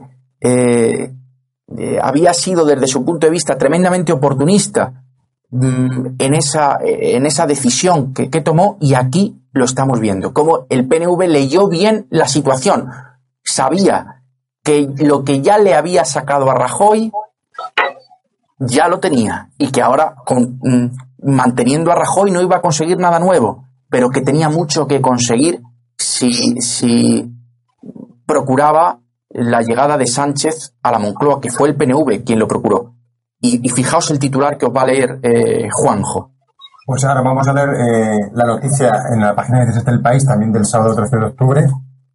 había sido desde su punto de vista tremendamente oportunista en esa decisión que tomó, y aquí lo estamos viendo, como el PNV leyó bien la situación, sabía que lo que ya le había sacado a Rajoy ya lo tenía, y que ahora manteniendo a Rajoy no iba a conseguir nada nuevo, pero que tenía mucho que conseguir si procuraba la llegada de Sánchez a la Moncloa, que fue el PNV quien lo procuró. Y fijaos el titular que os va a leer Juanjo. Pues ahora vamos a leer la noticia en la página 17 del País, también del sábado 13 de octubre.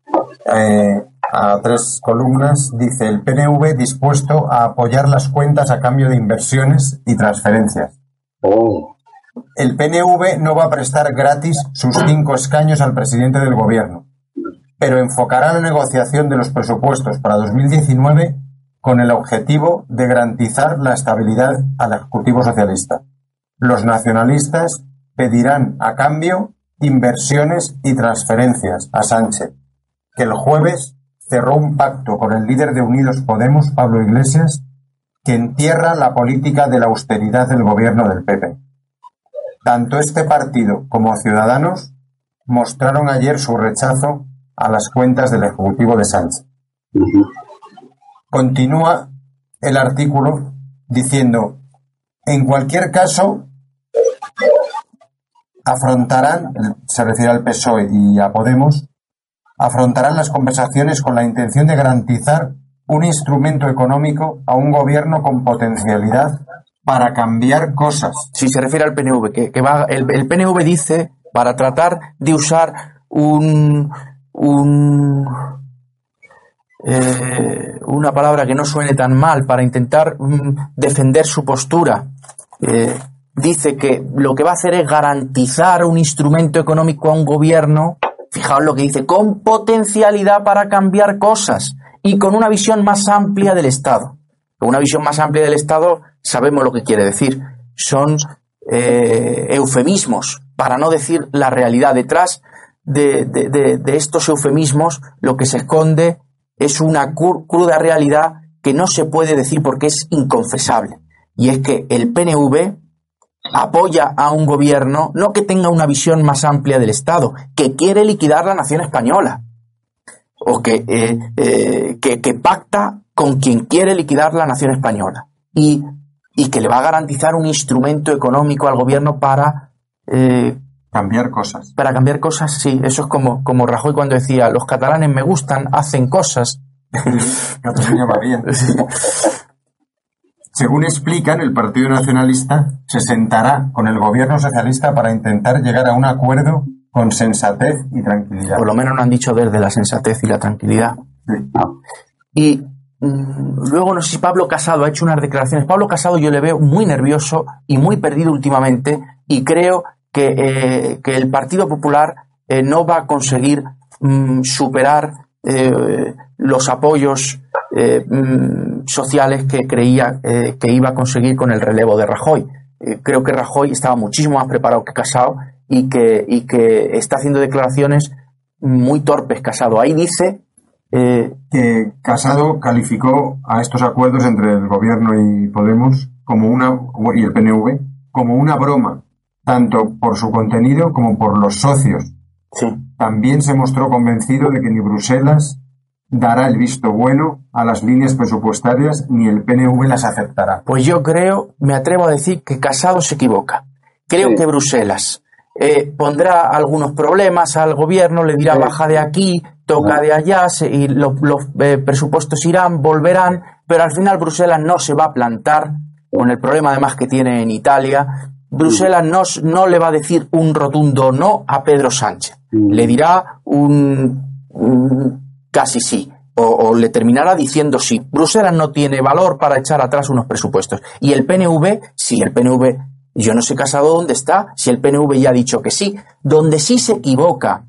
A 3 columnas dice: el PNV dispuesto a apoyar las cuentas a cambio de inversiones y transferencias. El PNV no va a prestar gratis sus 5 escaños al presidente del gobierno, pero enfocará la negociación de los presupuestos para 2019 con el objetivo de garantizar la estabilidad al Ejecutivo socialista. Los nacionalistas pedirán a cambio inversiones y transferencias a Sánchez, que el jueves cerró un pacto con el líder de Unidos Podemos, Pablo Iglesias, que entierra la política de la austeridad del gobierno del PP. Tanto este partido como Ciudadanos mostraron ayer su rechazo a las cuentas del Ejecutivo de Sánchez. Continúa el artículo diciendo: en cualquier caso, afrontarán, se refiere al PSOE y a Podemos, afrontarán las conversaciones con la intención de garantizar un instrumento económico a un gobierno con potencialidad para cambiar cosas. Sí, se refiere al PNV, que va, el PNV dice para tratar de usar una palabra que no suene tan mal, para intentar defender su postura. Dice que lo que va a hacer es garantizar un instrumento económico a un gobierno, fijaos lo que dice, con potencialidad para cambiar cosas y con una visión más amplia del Estado. Una visión más amplia del Estado, sabemos lo que quiere decir. Son eufemismos, para no decir la realidad. Detrás de estos eufemismos lo que se esconde es una cruda realidad que no se puede decir porque es inconfesable. Y es que el PNV apoya a un gobierno no que tenga una visión más amplia del Estado, que quiere liquidar la nación española, o que pacta con quien quiere liquidar la nación española, y que le va a garantizar un instrumento económico al gobierno para cambiar cosas. Para cambiar cosas, sí. Eso es como Rajoy cuando decía: los catalanes me gustan, hacen cosas. Cataluña va bien. Según explican, el Partido Nacionalista se sentará con el gobierno socialista para intentar llegar a un acuerdo con sensatez y tranquilidad. Por lo menos no han dicho desde la sensatez y la tranquilidad. Sí. Y luego no sé si Pablo Casado ha hecho unas declaraciones. Pablo Casado yo le veo muy nervioso y muy perdido últimamente, y creo que el Partido Popular no va a conseguir superar los apoyos sociales que creía que iba a conseguir con el relevo de Rajoy. Creo que Rajoy estaba muchísimo más preparado que Casado y que está haciendo declaraciones muy torpes. Casado ahí dice que Casado calificó a estos acuerdos entre el gobierno y Podemos y el PNV como una broma, tanto por su contenido como por los socios. Sí. También se mostró convencido de que ni Bruselas dará el visto bueno a las líneas presupuestarias ni el PNV las aceptará. Pues yo me atrevo a decir que Casado se equivoca. Creo que Bruselas pondrá algunos problemas al gobierno, le dirá baja de aquí, toca de allá, y los presupuestos irán, volverán, pero al final Bruselas no se va a plantar con el problema además que tiene en Italia. Bruselas no le va a decir un rotundo no a Pedro Sánchez. Le dirá un casi sí, o le terminará diciendo sí. Bruselas no tiene valor para echar atrás unos presupuestos. Y el PNV, sí, el PNV, yo no sé Casado dónde está, si el PNV ya ha dicho que sí. Donde sí se equivoca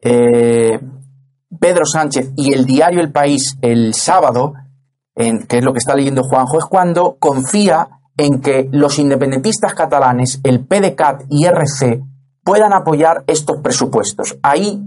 Pedro Sánchez y el diario El País el sábado, que es lo que está leyendo Juanjo, es cuando confía en que los independentistas catalanes, el PDeCAT y RC, puedan apoyar estos presupuestos. Ahí,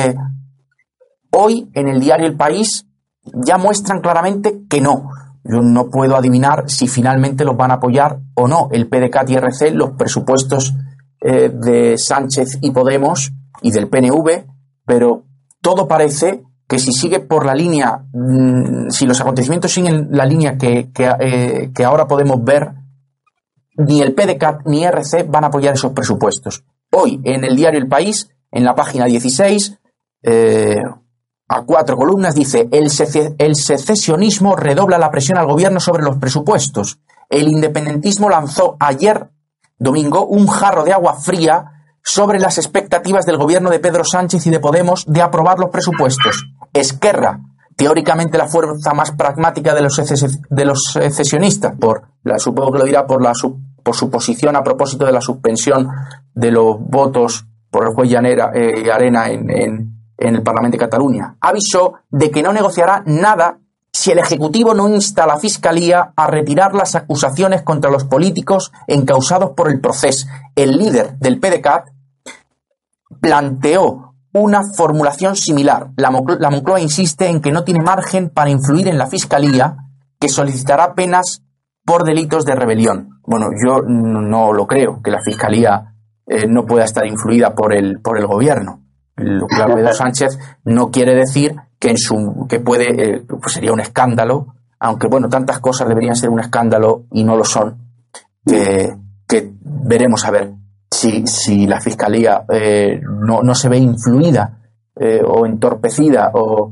hoy, en el diario El País, ya muestran claramente que no. Yo no puedo adivinar si finalmente los van a apoyar o no, el PDeCAT y RC, los presupuestos de Sánchez y Podemos y del PNV, pero todo parece que si sigue por la línea, si los acontecimientos siguen la línea que ahora podemos ver, ni el PDeCAT ni RC van a apoyar esos presupuestos. Hoy, en el diario El País, en la página 16, a 4 columnas, dice: el secesionismo redobla la presión al gobierno sobre los presupuestos. El independentismo lanzó ayer, domingo, un jarro de agua fría sobre las expectativas del gobierno de Pedro Sánchez y de Podemos de aprobar los presupuestos. Esquerra, teóricamente la fuerza más pragmática de los secesionistas, supongo que lo dirá por su posición a propósito de la suspensión de los votos por el juez Arena en el Parlamento de Cataluña, avisó de que no negociará nada si el Ejecutivo no insta a la Fiscalía a retirar las acusaciones contra los políticos encausados por el proceso. El líder del PDeCAT planteó una formulación similar. La Moncloa insiste en que no tiene margen para influir en la Fiscalía, que solicitará penas por delitos de rebelión. Bueno, yo no lo creo, que la Fiscalía no pueda estar influida por el gobierno. Lo que Pedro Sánchez no quiere decir que puede, pues sería un escándalo, aunque bueno, tantas cosas deberían ser un escándalo y no lo son, que veremos a ver si la Fiscalía no se ve influida o entorpecida o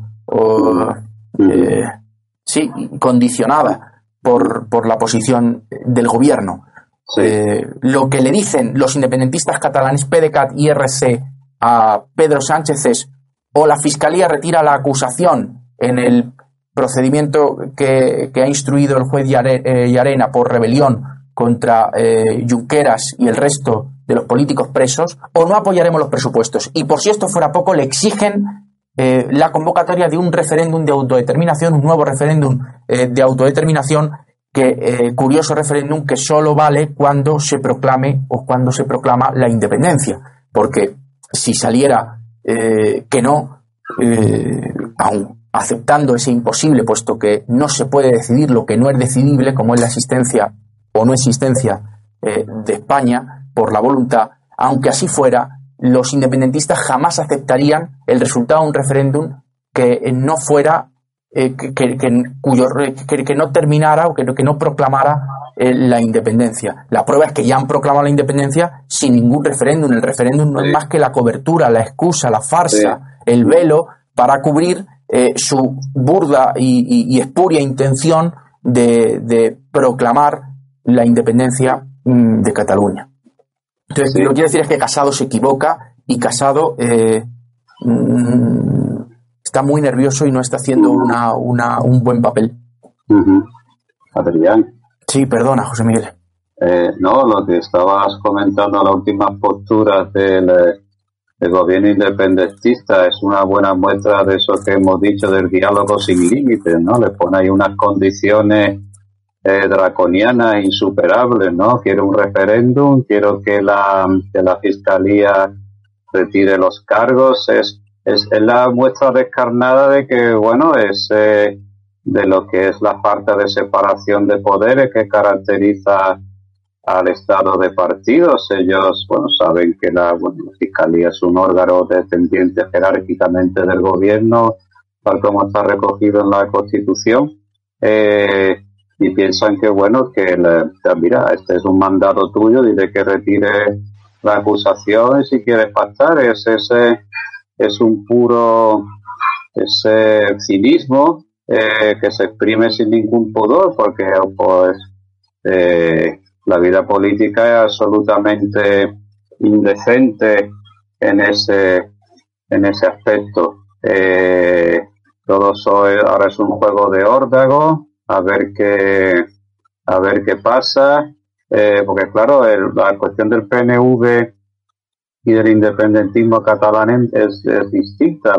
condicionada por la posición del gobierno. Sí. Lo que le dicen los independentistas catalanes PDeCAT y RC a Pedro Sánchez es: o la Fiscalía retira la acusación en el procedimiento que ha instruido el juez Llarena por rebelión contra Junqueras y el resto de los políticos presos, o no apoyaremos los presupuestos. Y por si esto fuera poco, le exigen la convocatoria de un referéndum de autodeterminación, un nuevo referéndum de autodeterminación, curioso referéndum que solo vale cuando se proclame o cuando se proclama la independencia, porque si saliera que no, aun aceptando ese imposible, puesto que no se puede decidir lo que no es decidible, como es la existencia o no existencia de España por la voluntad, aunque así fuera, los independentistas jamás aceptarían el resultado de un referéndum que no fuera que no terminara o que no proclamara la independencia. La prueba es que ya han proclamado la independencia sin ningún referéndum. El referéndum no es más que la cobertura, la excusa, la farsa, el velo para cubrir su burda y espuria intención de proclamar la independencia de Cataluña. Entonces, lo que quiero decir es que Casado se equivoca y Casado está muy nervioso y no está haciendo un buen papel. Adrián. Sí, perdona, José Miguel. No, lo que estabas comentando, las últimas posturas del gobierno independentista es una buena muestra de eso que hemos dicho del diálogo sin límites, ¿no? Le pone ahí unas condiciones draconianas, insuperables, ¿no? Quiero un referéndum, quiero que la Fiscalía retire los cargos. Es la muestra descarnada de que, bueno, es de lo que es la falta de separación de poderes que caracteriza al Estado de partidos. Ellos, bueno, saben que la Fiscalía es un órgano dependiente jerárquicamente del gobierno, tal como está recogido en la Constitución, y piensan que, bueno, mira, este es un mandato tuyo, dile que retire la acusación y si quieres pactar. Es un puro cinismo que se exprime sin ningún pudor, porque pues la vida política es absolutamente indecente en ese aspecto. Todo ahora es un juego de órdago, a ver qué pasa, porque claro, la cuestión del PNV y del independentismo catalán es distinta.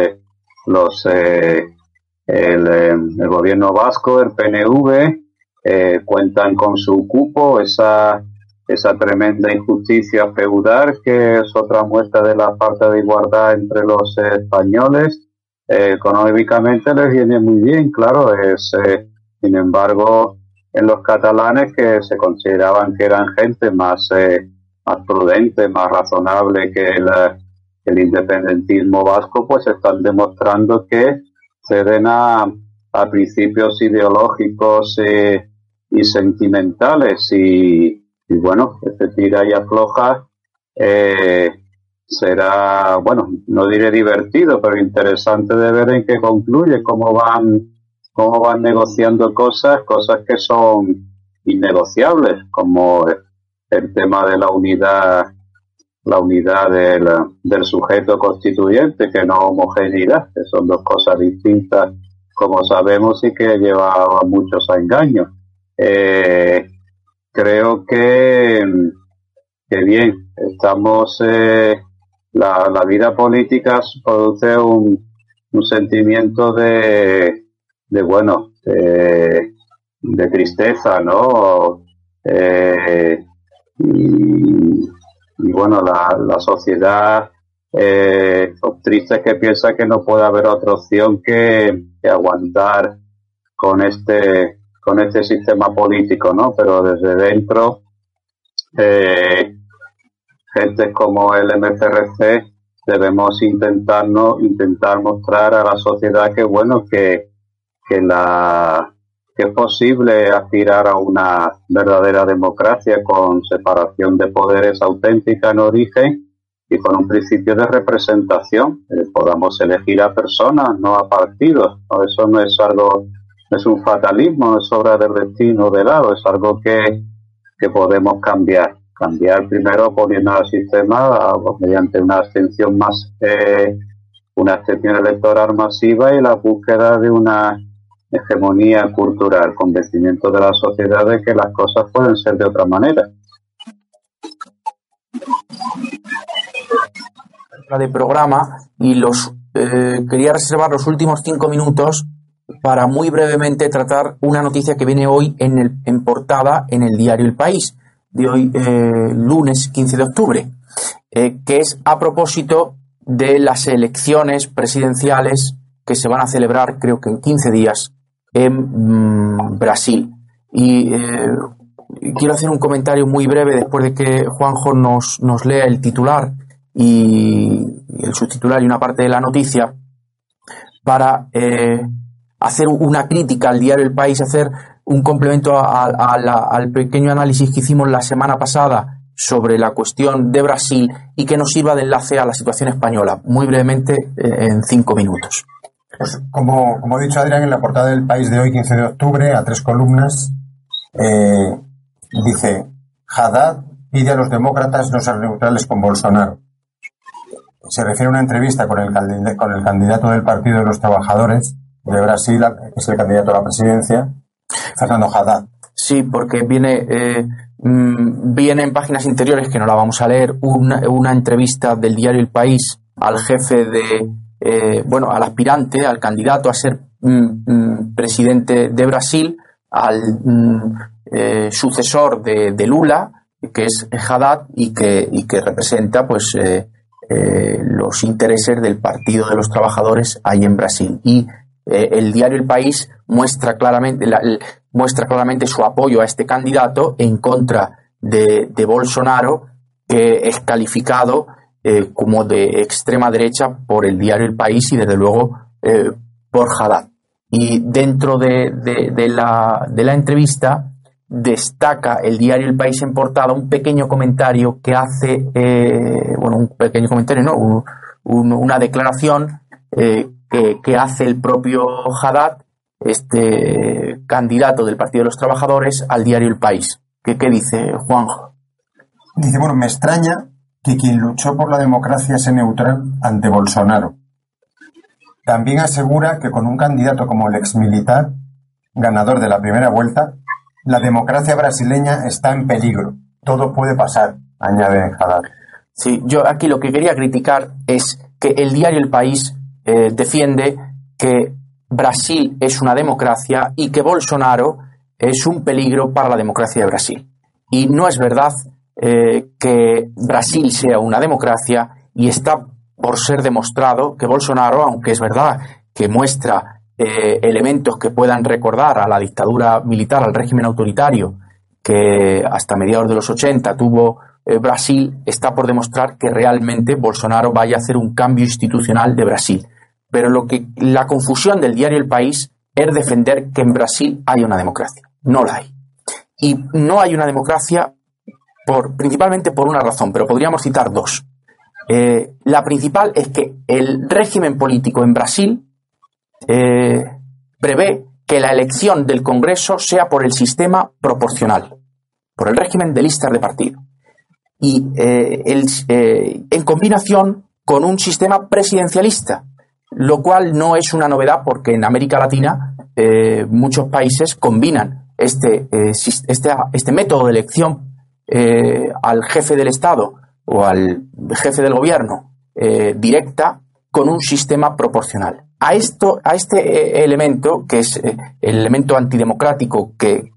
El gobierno vasco, el PNV, cuentan con su cupo, esa tremenda injusticia feudal, que es otra muestra de la falta de igualdad entre los españoles. Económicamente les viene muy bien, claro, sin embargo, en los catalanes, que se consideraban que eran gente más prudente, más razonable que el independentismo vasco, pues están demostrando que ceden a principios ideológicos y sentimentales, y bueno, este tira y afloja será, bueno, no diré divertido, pero interesante de ver en qué concluye, cómo van negociando cosas que son innegociables, como el tema de la unidad del sujeto constituyente, que no homogeneidad, que son dos cosas distintas, como sabemos, y que lleva a muchos a engaños. Creo que bien, estamos, la vida política produce un sentimiento de tristeza, ¿no? Y bueno, la sociedad triste, que piensa que no puede haber otra opción que aguantar con este este sistema político, ¿no? Pero desde dentro, gentes como el MCRC debemos intentar mostrar a la sociedad que bueno, que es posible aspirar a una verdadera democracia con separación de poderes auténtica en origen y con un principio de representación. Podamos elegir a personas, no a partidos, ¿no? Eso no es algo, no es un fatalismo, no es obra del destino de lado, es algo que podemos cambiar primero poniendo al sistema mediante una abstención una abstención electoral masiva y la búsqueda de una hegemonía cultural, convencimiento de la sociedad de que las cosas pueden ser de otra manera. De programa y quería reservar los últimos 5 minutos para muy brevemente tratar una noticia que viene hoy en portada en el diario El País de hoy, lunes 15 de octubre, que es a propósito de las elecciones presidenciales que se van a celebrar, creo que en 15 días, en Brasil. Y quiero hacer un comentario muy breve después de que Juanjo nos lea el titular y el subtitular y una parte de la noticia, para hacer una crítica al diario El País, hacer un complemento al pequeño análisis que hicimos la semana pasada sobre la cuestión de Brasil y que nos sirva de enlace a la situación española, muy brevemente, en 5 minutos. Pues como ha dicho Adrián, en la portada del País de hoy, 15 de octubre, a 3 columnas, dice: Haddad pide a los demócratas no ser neutrales con Bolsonaro. Se refiere a una entrevista con el candidato del Partido de los Trabajadores de Brasil, que es el candidato a la presidencia, Fernando Haddad. Sí, porque viene en páginas interiores, que no la vamos a leer, una entrevista del diario El País al jefe al aspirante, al candidato a ser presidente de Brasil, al sucesor de Lula, que es Haddad, y que representa pues los intereses del Partido de los Trabajadores ahí en Brasil. Y el diario El País muestra claramente su apoyo a este candidato en contra de Bolsonaro, que es calificado como de extrema derecha por el diario El País y desde luego por Haddad. Y dentro de la entrevista destaca el diario El País en portada un pequeño comentario que hace, una declaración que hace el propio Haddad, este candidato del Partido de los Trabajadores, al diario El País. ¿Qué dice, Juanjo? Dice: me extraña que quien luchó por la democracia sea neutral ante Bolsonaro. También asegura que con un candidato como el exmilitar, ganador de la primera vuelta, la democracia brasileña está en peligro. Todo puede pasar, añade Haddad. Sí, yo aquí lo que quería criticar es que el diario El País defiende que Brasil es una democracia y que Bolsonaro es un peligro para la democracia de Brasil. Y no es verdad que Brasil sea una democracia, y está por ser demostrado que Bolsonaro, aunque es verdad que muestra elementos que puedan recordar a la dictadura militar, al régimen autoritario que hasta mediados de los 80 tuvo Brasil, está por demostrar que realmente Bolsonaro vaya a hacer un cambio institucional de Brasil. Pero la confusión del diario El País es defender que en Brasil hay una democracia. No la hay. Y no hay una democracia principalmente por una razón, pero podríamos citar 2. La principal es que el régimen político en Brasil prevé que la elección del Congreso sea por el sistema proporcional, por el régimen de listas de partido, y en combinación con un sistema presidencialista, lo cual no es una novedad, porque en América Latina muchos países combinan este método de elección al jefe del Estado o al jefe del gobierno directa con un sistema proporcional. A este elemento, que es el elemento antidemocrático que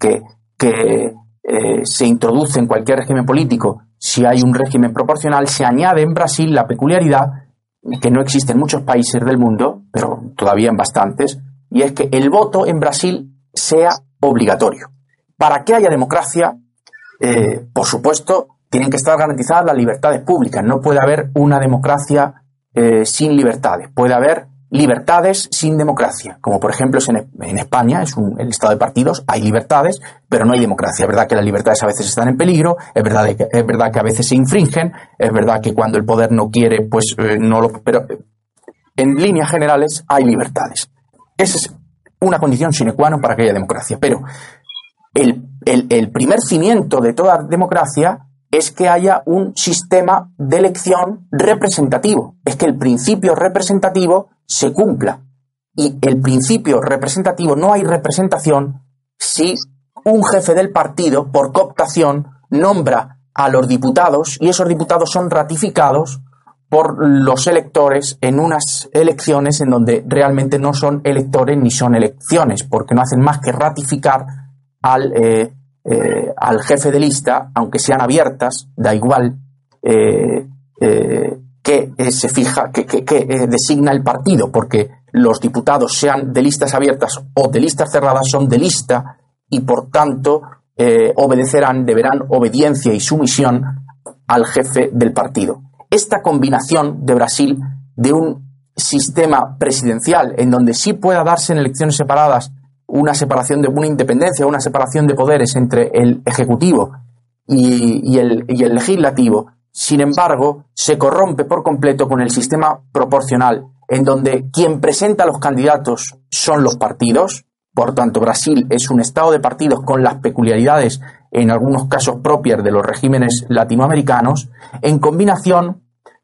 se introduce en cualquier régimen político si hay un régimen proporcional, se añade en Brasil la peculiaridad que no existe en muchos países del mundo, pero todavía en bastantes, y es que el voto en Brasil sea obligatorio. Para que haya democracia, por supuesto, tienen que estar garantizadas las libertades públicas. No puede haber una democracia sin libertades. Puede haber libertades sin democracia, como por ejemplo es en España, el estado de partidos, hay libertades, pero no hay democracia. Es verdad que las libertades a veces están en peligro, es verdad que a veces se infringen, es verdad que cuando el poder no quiere, pues no lo... Pero en líneas generales hay libertades. Esa es una condición sine qua non para que haya democracia. Pero el primer cimiento de toda democracia es que haya un sistema de elección representativo. Es que el principio representativo se cumpla. Y el principio representativo, no hay representación si un jefe del partido, por cooptación, nombra a los diputados y esos diputados son ratificados por los electores en unas elecciones en donde realmente no son electores ni son elecciones, porque no hacen más que ratificar al jefe de lista, aunque sean abiertas, da igual, que se fija, que designa el partido, porque los diputados, sean de listas abiertas o de listas cerradas, son de lista y por tanto deberán obediencia y sumisión al jefe del partido. Esta combinación de Brasil, de un sistema presidencial en donde sí pueda darse en elecciones separadas una independencia, una separación de poderes entre el ejecutivo y el legislativo, sin embargo, se corrompe por completo con el sistema proporcional, en donde quien presenta a los candidatos son los partidos. Por tanto, Brasil es un estado de partidos con las peculiaridades, en algunos casos propias de los regímenes latinoamericanos, en combinación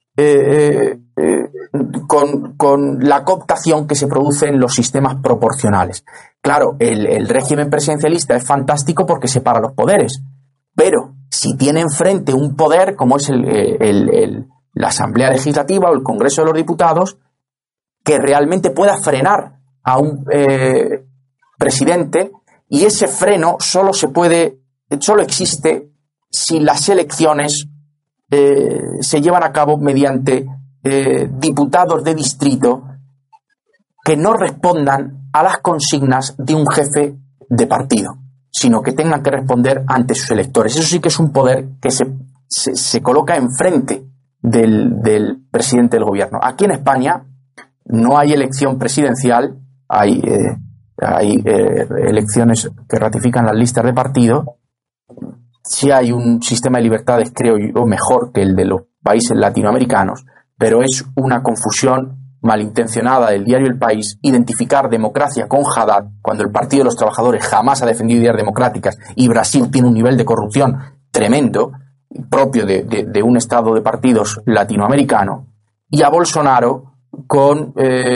con la cooptación que se produce en los sistemas proporcionales. Claro, el régimen presidencialista es fantástico porque separa los poderes, pero si tiene enfrente un poder como es la Asamblea Legislativa o el Congreso de los Diputados, que realmente pueda frenar a un presidente, y ese freno solo existe si las elecciones se llevan a cabo mediante diputados de distrito que no respondan a las consignas de un jefe de partido, sino que tengan que responder ante sus electores. Eso sí que es un poder que se coloca enfrente del presidente del gobierno. Aquí en España no hay elección presidencial, hay elecciones que ratifican las listas de partido. Sí hay un sistema de libertades, creo yo, mejor que el de los países latinoamericanos, pero es una confusión malintencionada del diario El País identificar democracia con Haddad, cuando el Partido de los Trabajadores jamás ha defendido ideas democráticas y Brasil tiene un nivel de corrupción tremendo, propio de un estado de partidos latinoamericano, y a Bolsonaro con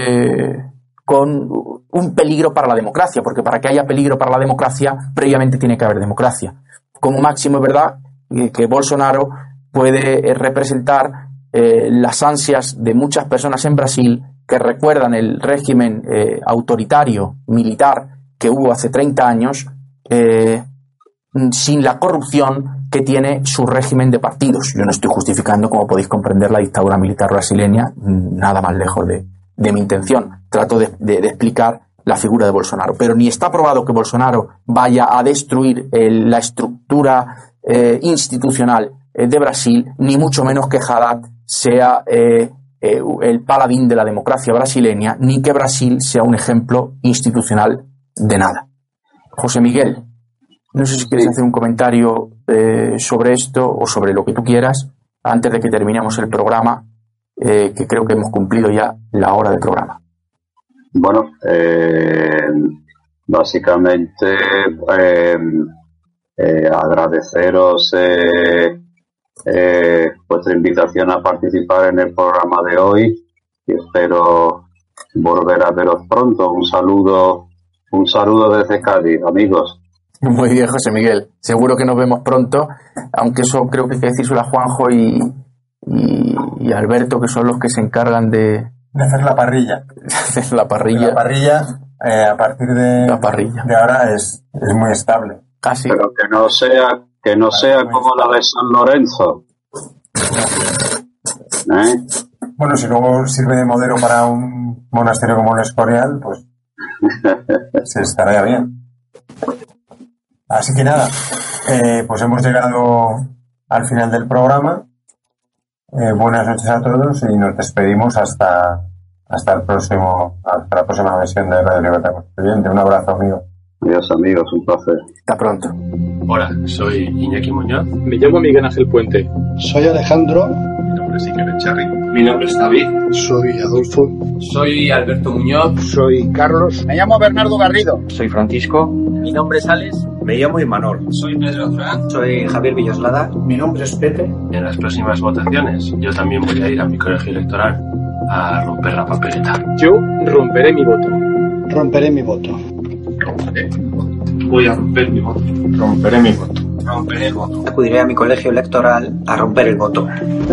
un peligro para la democracia, porque para que haya peligro para la democracia, previamente tiene que haber democracia. Como máximo es verdad que Bolsonaro puede representar las ansias de muchas personas en Brasil que recuerdan el régimen autoritario, militar, que hubo hace 30 años, sin la corrupción que tiene su régimen de partidos. Yo no estoy justificando, como podéis comprender, la dictadura militar brasileña, nada más lejos de mi intención. Trato de explicar la figura de Bolsonaro. Pero ni está probado que Bolsonaro vaya a destruir la estructura institucional de Brasil, ni mucho menos que Haddad sea el paladín de la democracia brasileña, ni que Brasil sea un ejemplo institucional de nada. José Miguel, no sé si quieres hacer un comentario sobre esto o sobre lo que tú quieras antes de que terminemos el programa, que creo que hemos cumplido ya la hora del programa. Bueno, básicamente agradeceros vuestra invitación a participar en el programa de hoy y espero volver a veros pronto. Un saludo desde Cádiz, amigos. Muy bien, José Miguel. Seguro que nos vemos pronto, aunque eso creo que hay que decírselo a Juanjo y Alberto, que son los que se encargan de hacer la parrilla. La parrilla. La parrilla, a partir de ahora es muy estable. Casi. Pero que no sea como la de San Lorenzo. Bueno, si luego sirve de modelo para un monasterio como el Escorial, pues se estaría bien. Así que nada, pues hemos llegado al final del programa. Buenas noches a todos y nos despedimos hasta la próxima versión de Radio Libertad Constituyente. Un abrazo, amigo. Adiós, amigos, un placer. Hasta pronto. Hola, soy Iñaki Muñoz. Me llamo Miguel Ángel Puente. Soy Alejandro. Mi nombre es Iker Echarri. Mi nombre es David. Soy Adolfo. Soy Alberto Muñoz. Soy Carlos. Me llamo Bernardo Garrido. Soy Francisco. Mi nombre es Alex. Me llamo Imanol. Soy Pedro Fran. Soy Javier Villoslada. Mi nombre es Pepe. En las próximas votaciones yo también voy a ir a mi colegio electoral a romper la papeleta. Yo romperé mi voto. Romperé mi voto. Romperé mi voto. Voy a romper mi voto. Romperé mi voto. Romperé el voto. Acudiré a mi colegio electoral a romper el voto.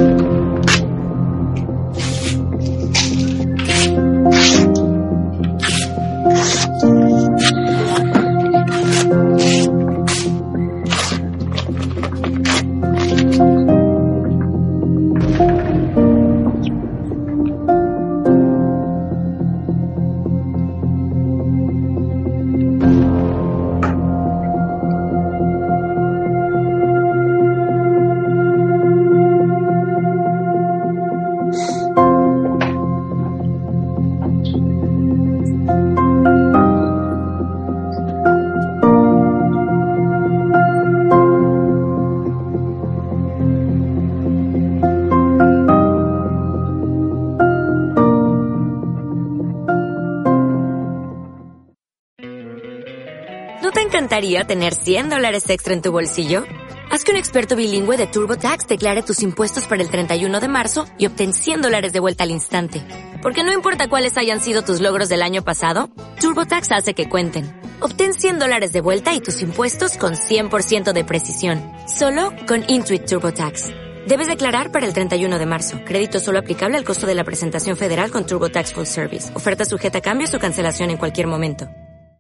¿No te encantaría tener $100 extra en tu bolsillo? Haz que un experto bilingüe de TurboTax declare tus impuestos para el 31 de marzo y obtén $100 de vuelta al instante. Porque no importa cuáles hayan sido tus logros del año pasado, TurboTax hace que cuenten. Obtén $100 de vuelta y tus impuestos con 100% de precisión. Solo con Intuit TurboTax. Debes declarar para el 31 de marzo. Crédito solo aplicable al costo de la presentación federal con TurboTax Full Service. Oferta sujeta a cambios o cancelación en cualquier momento.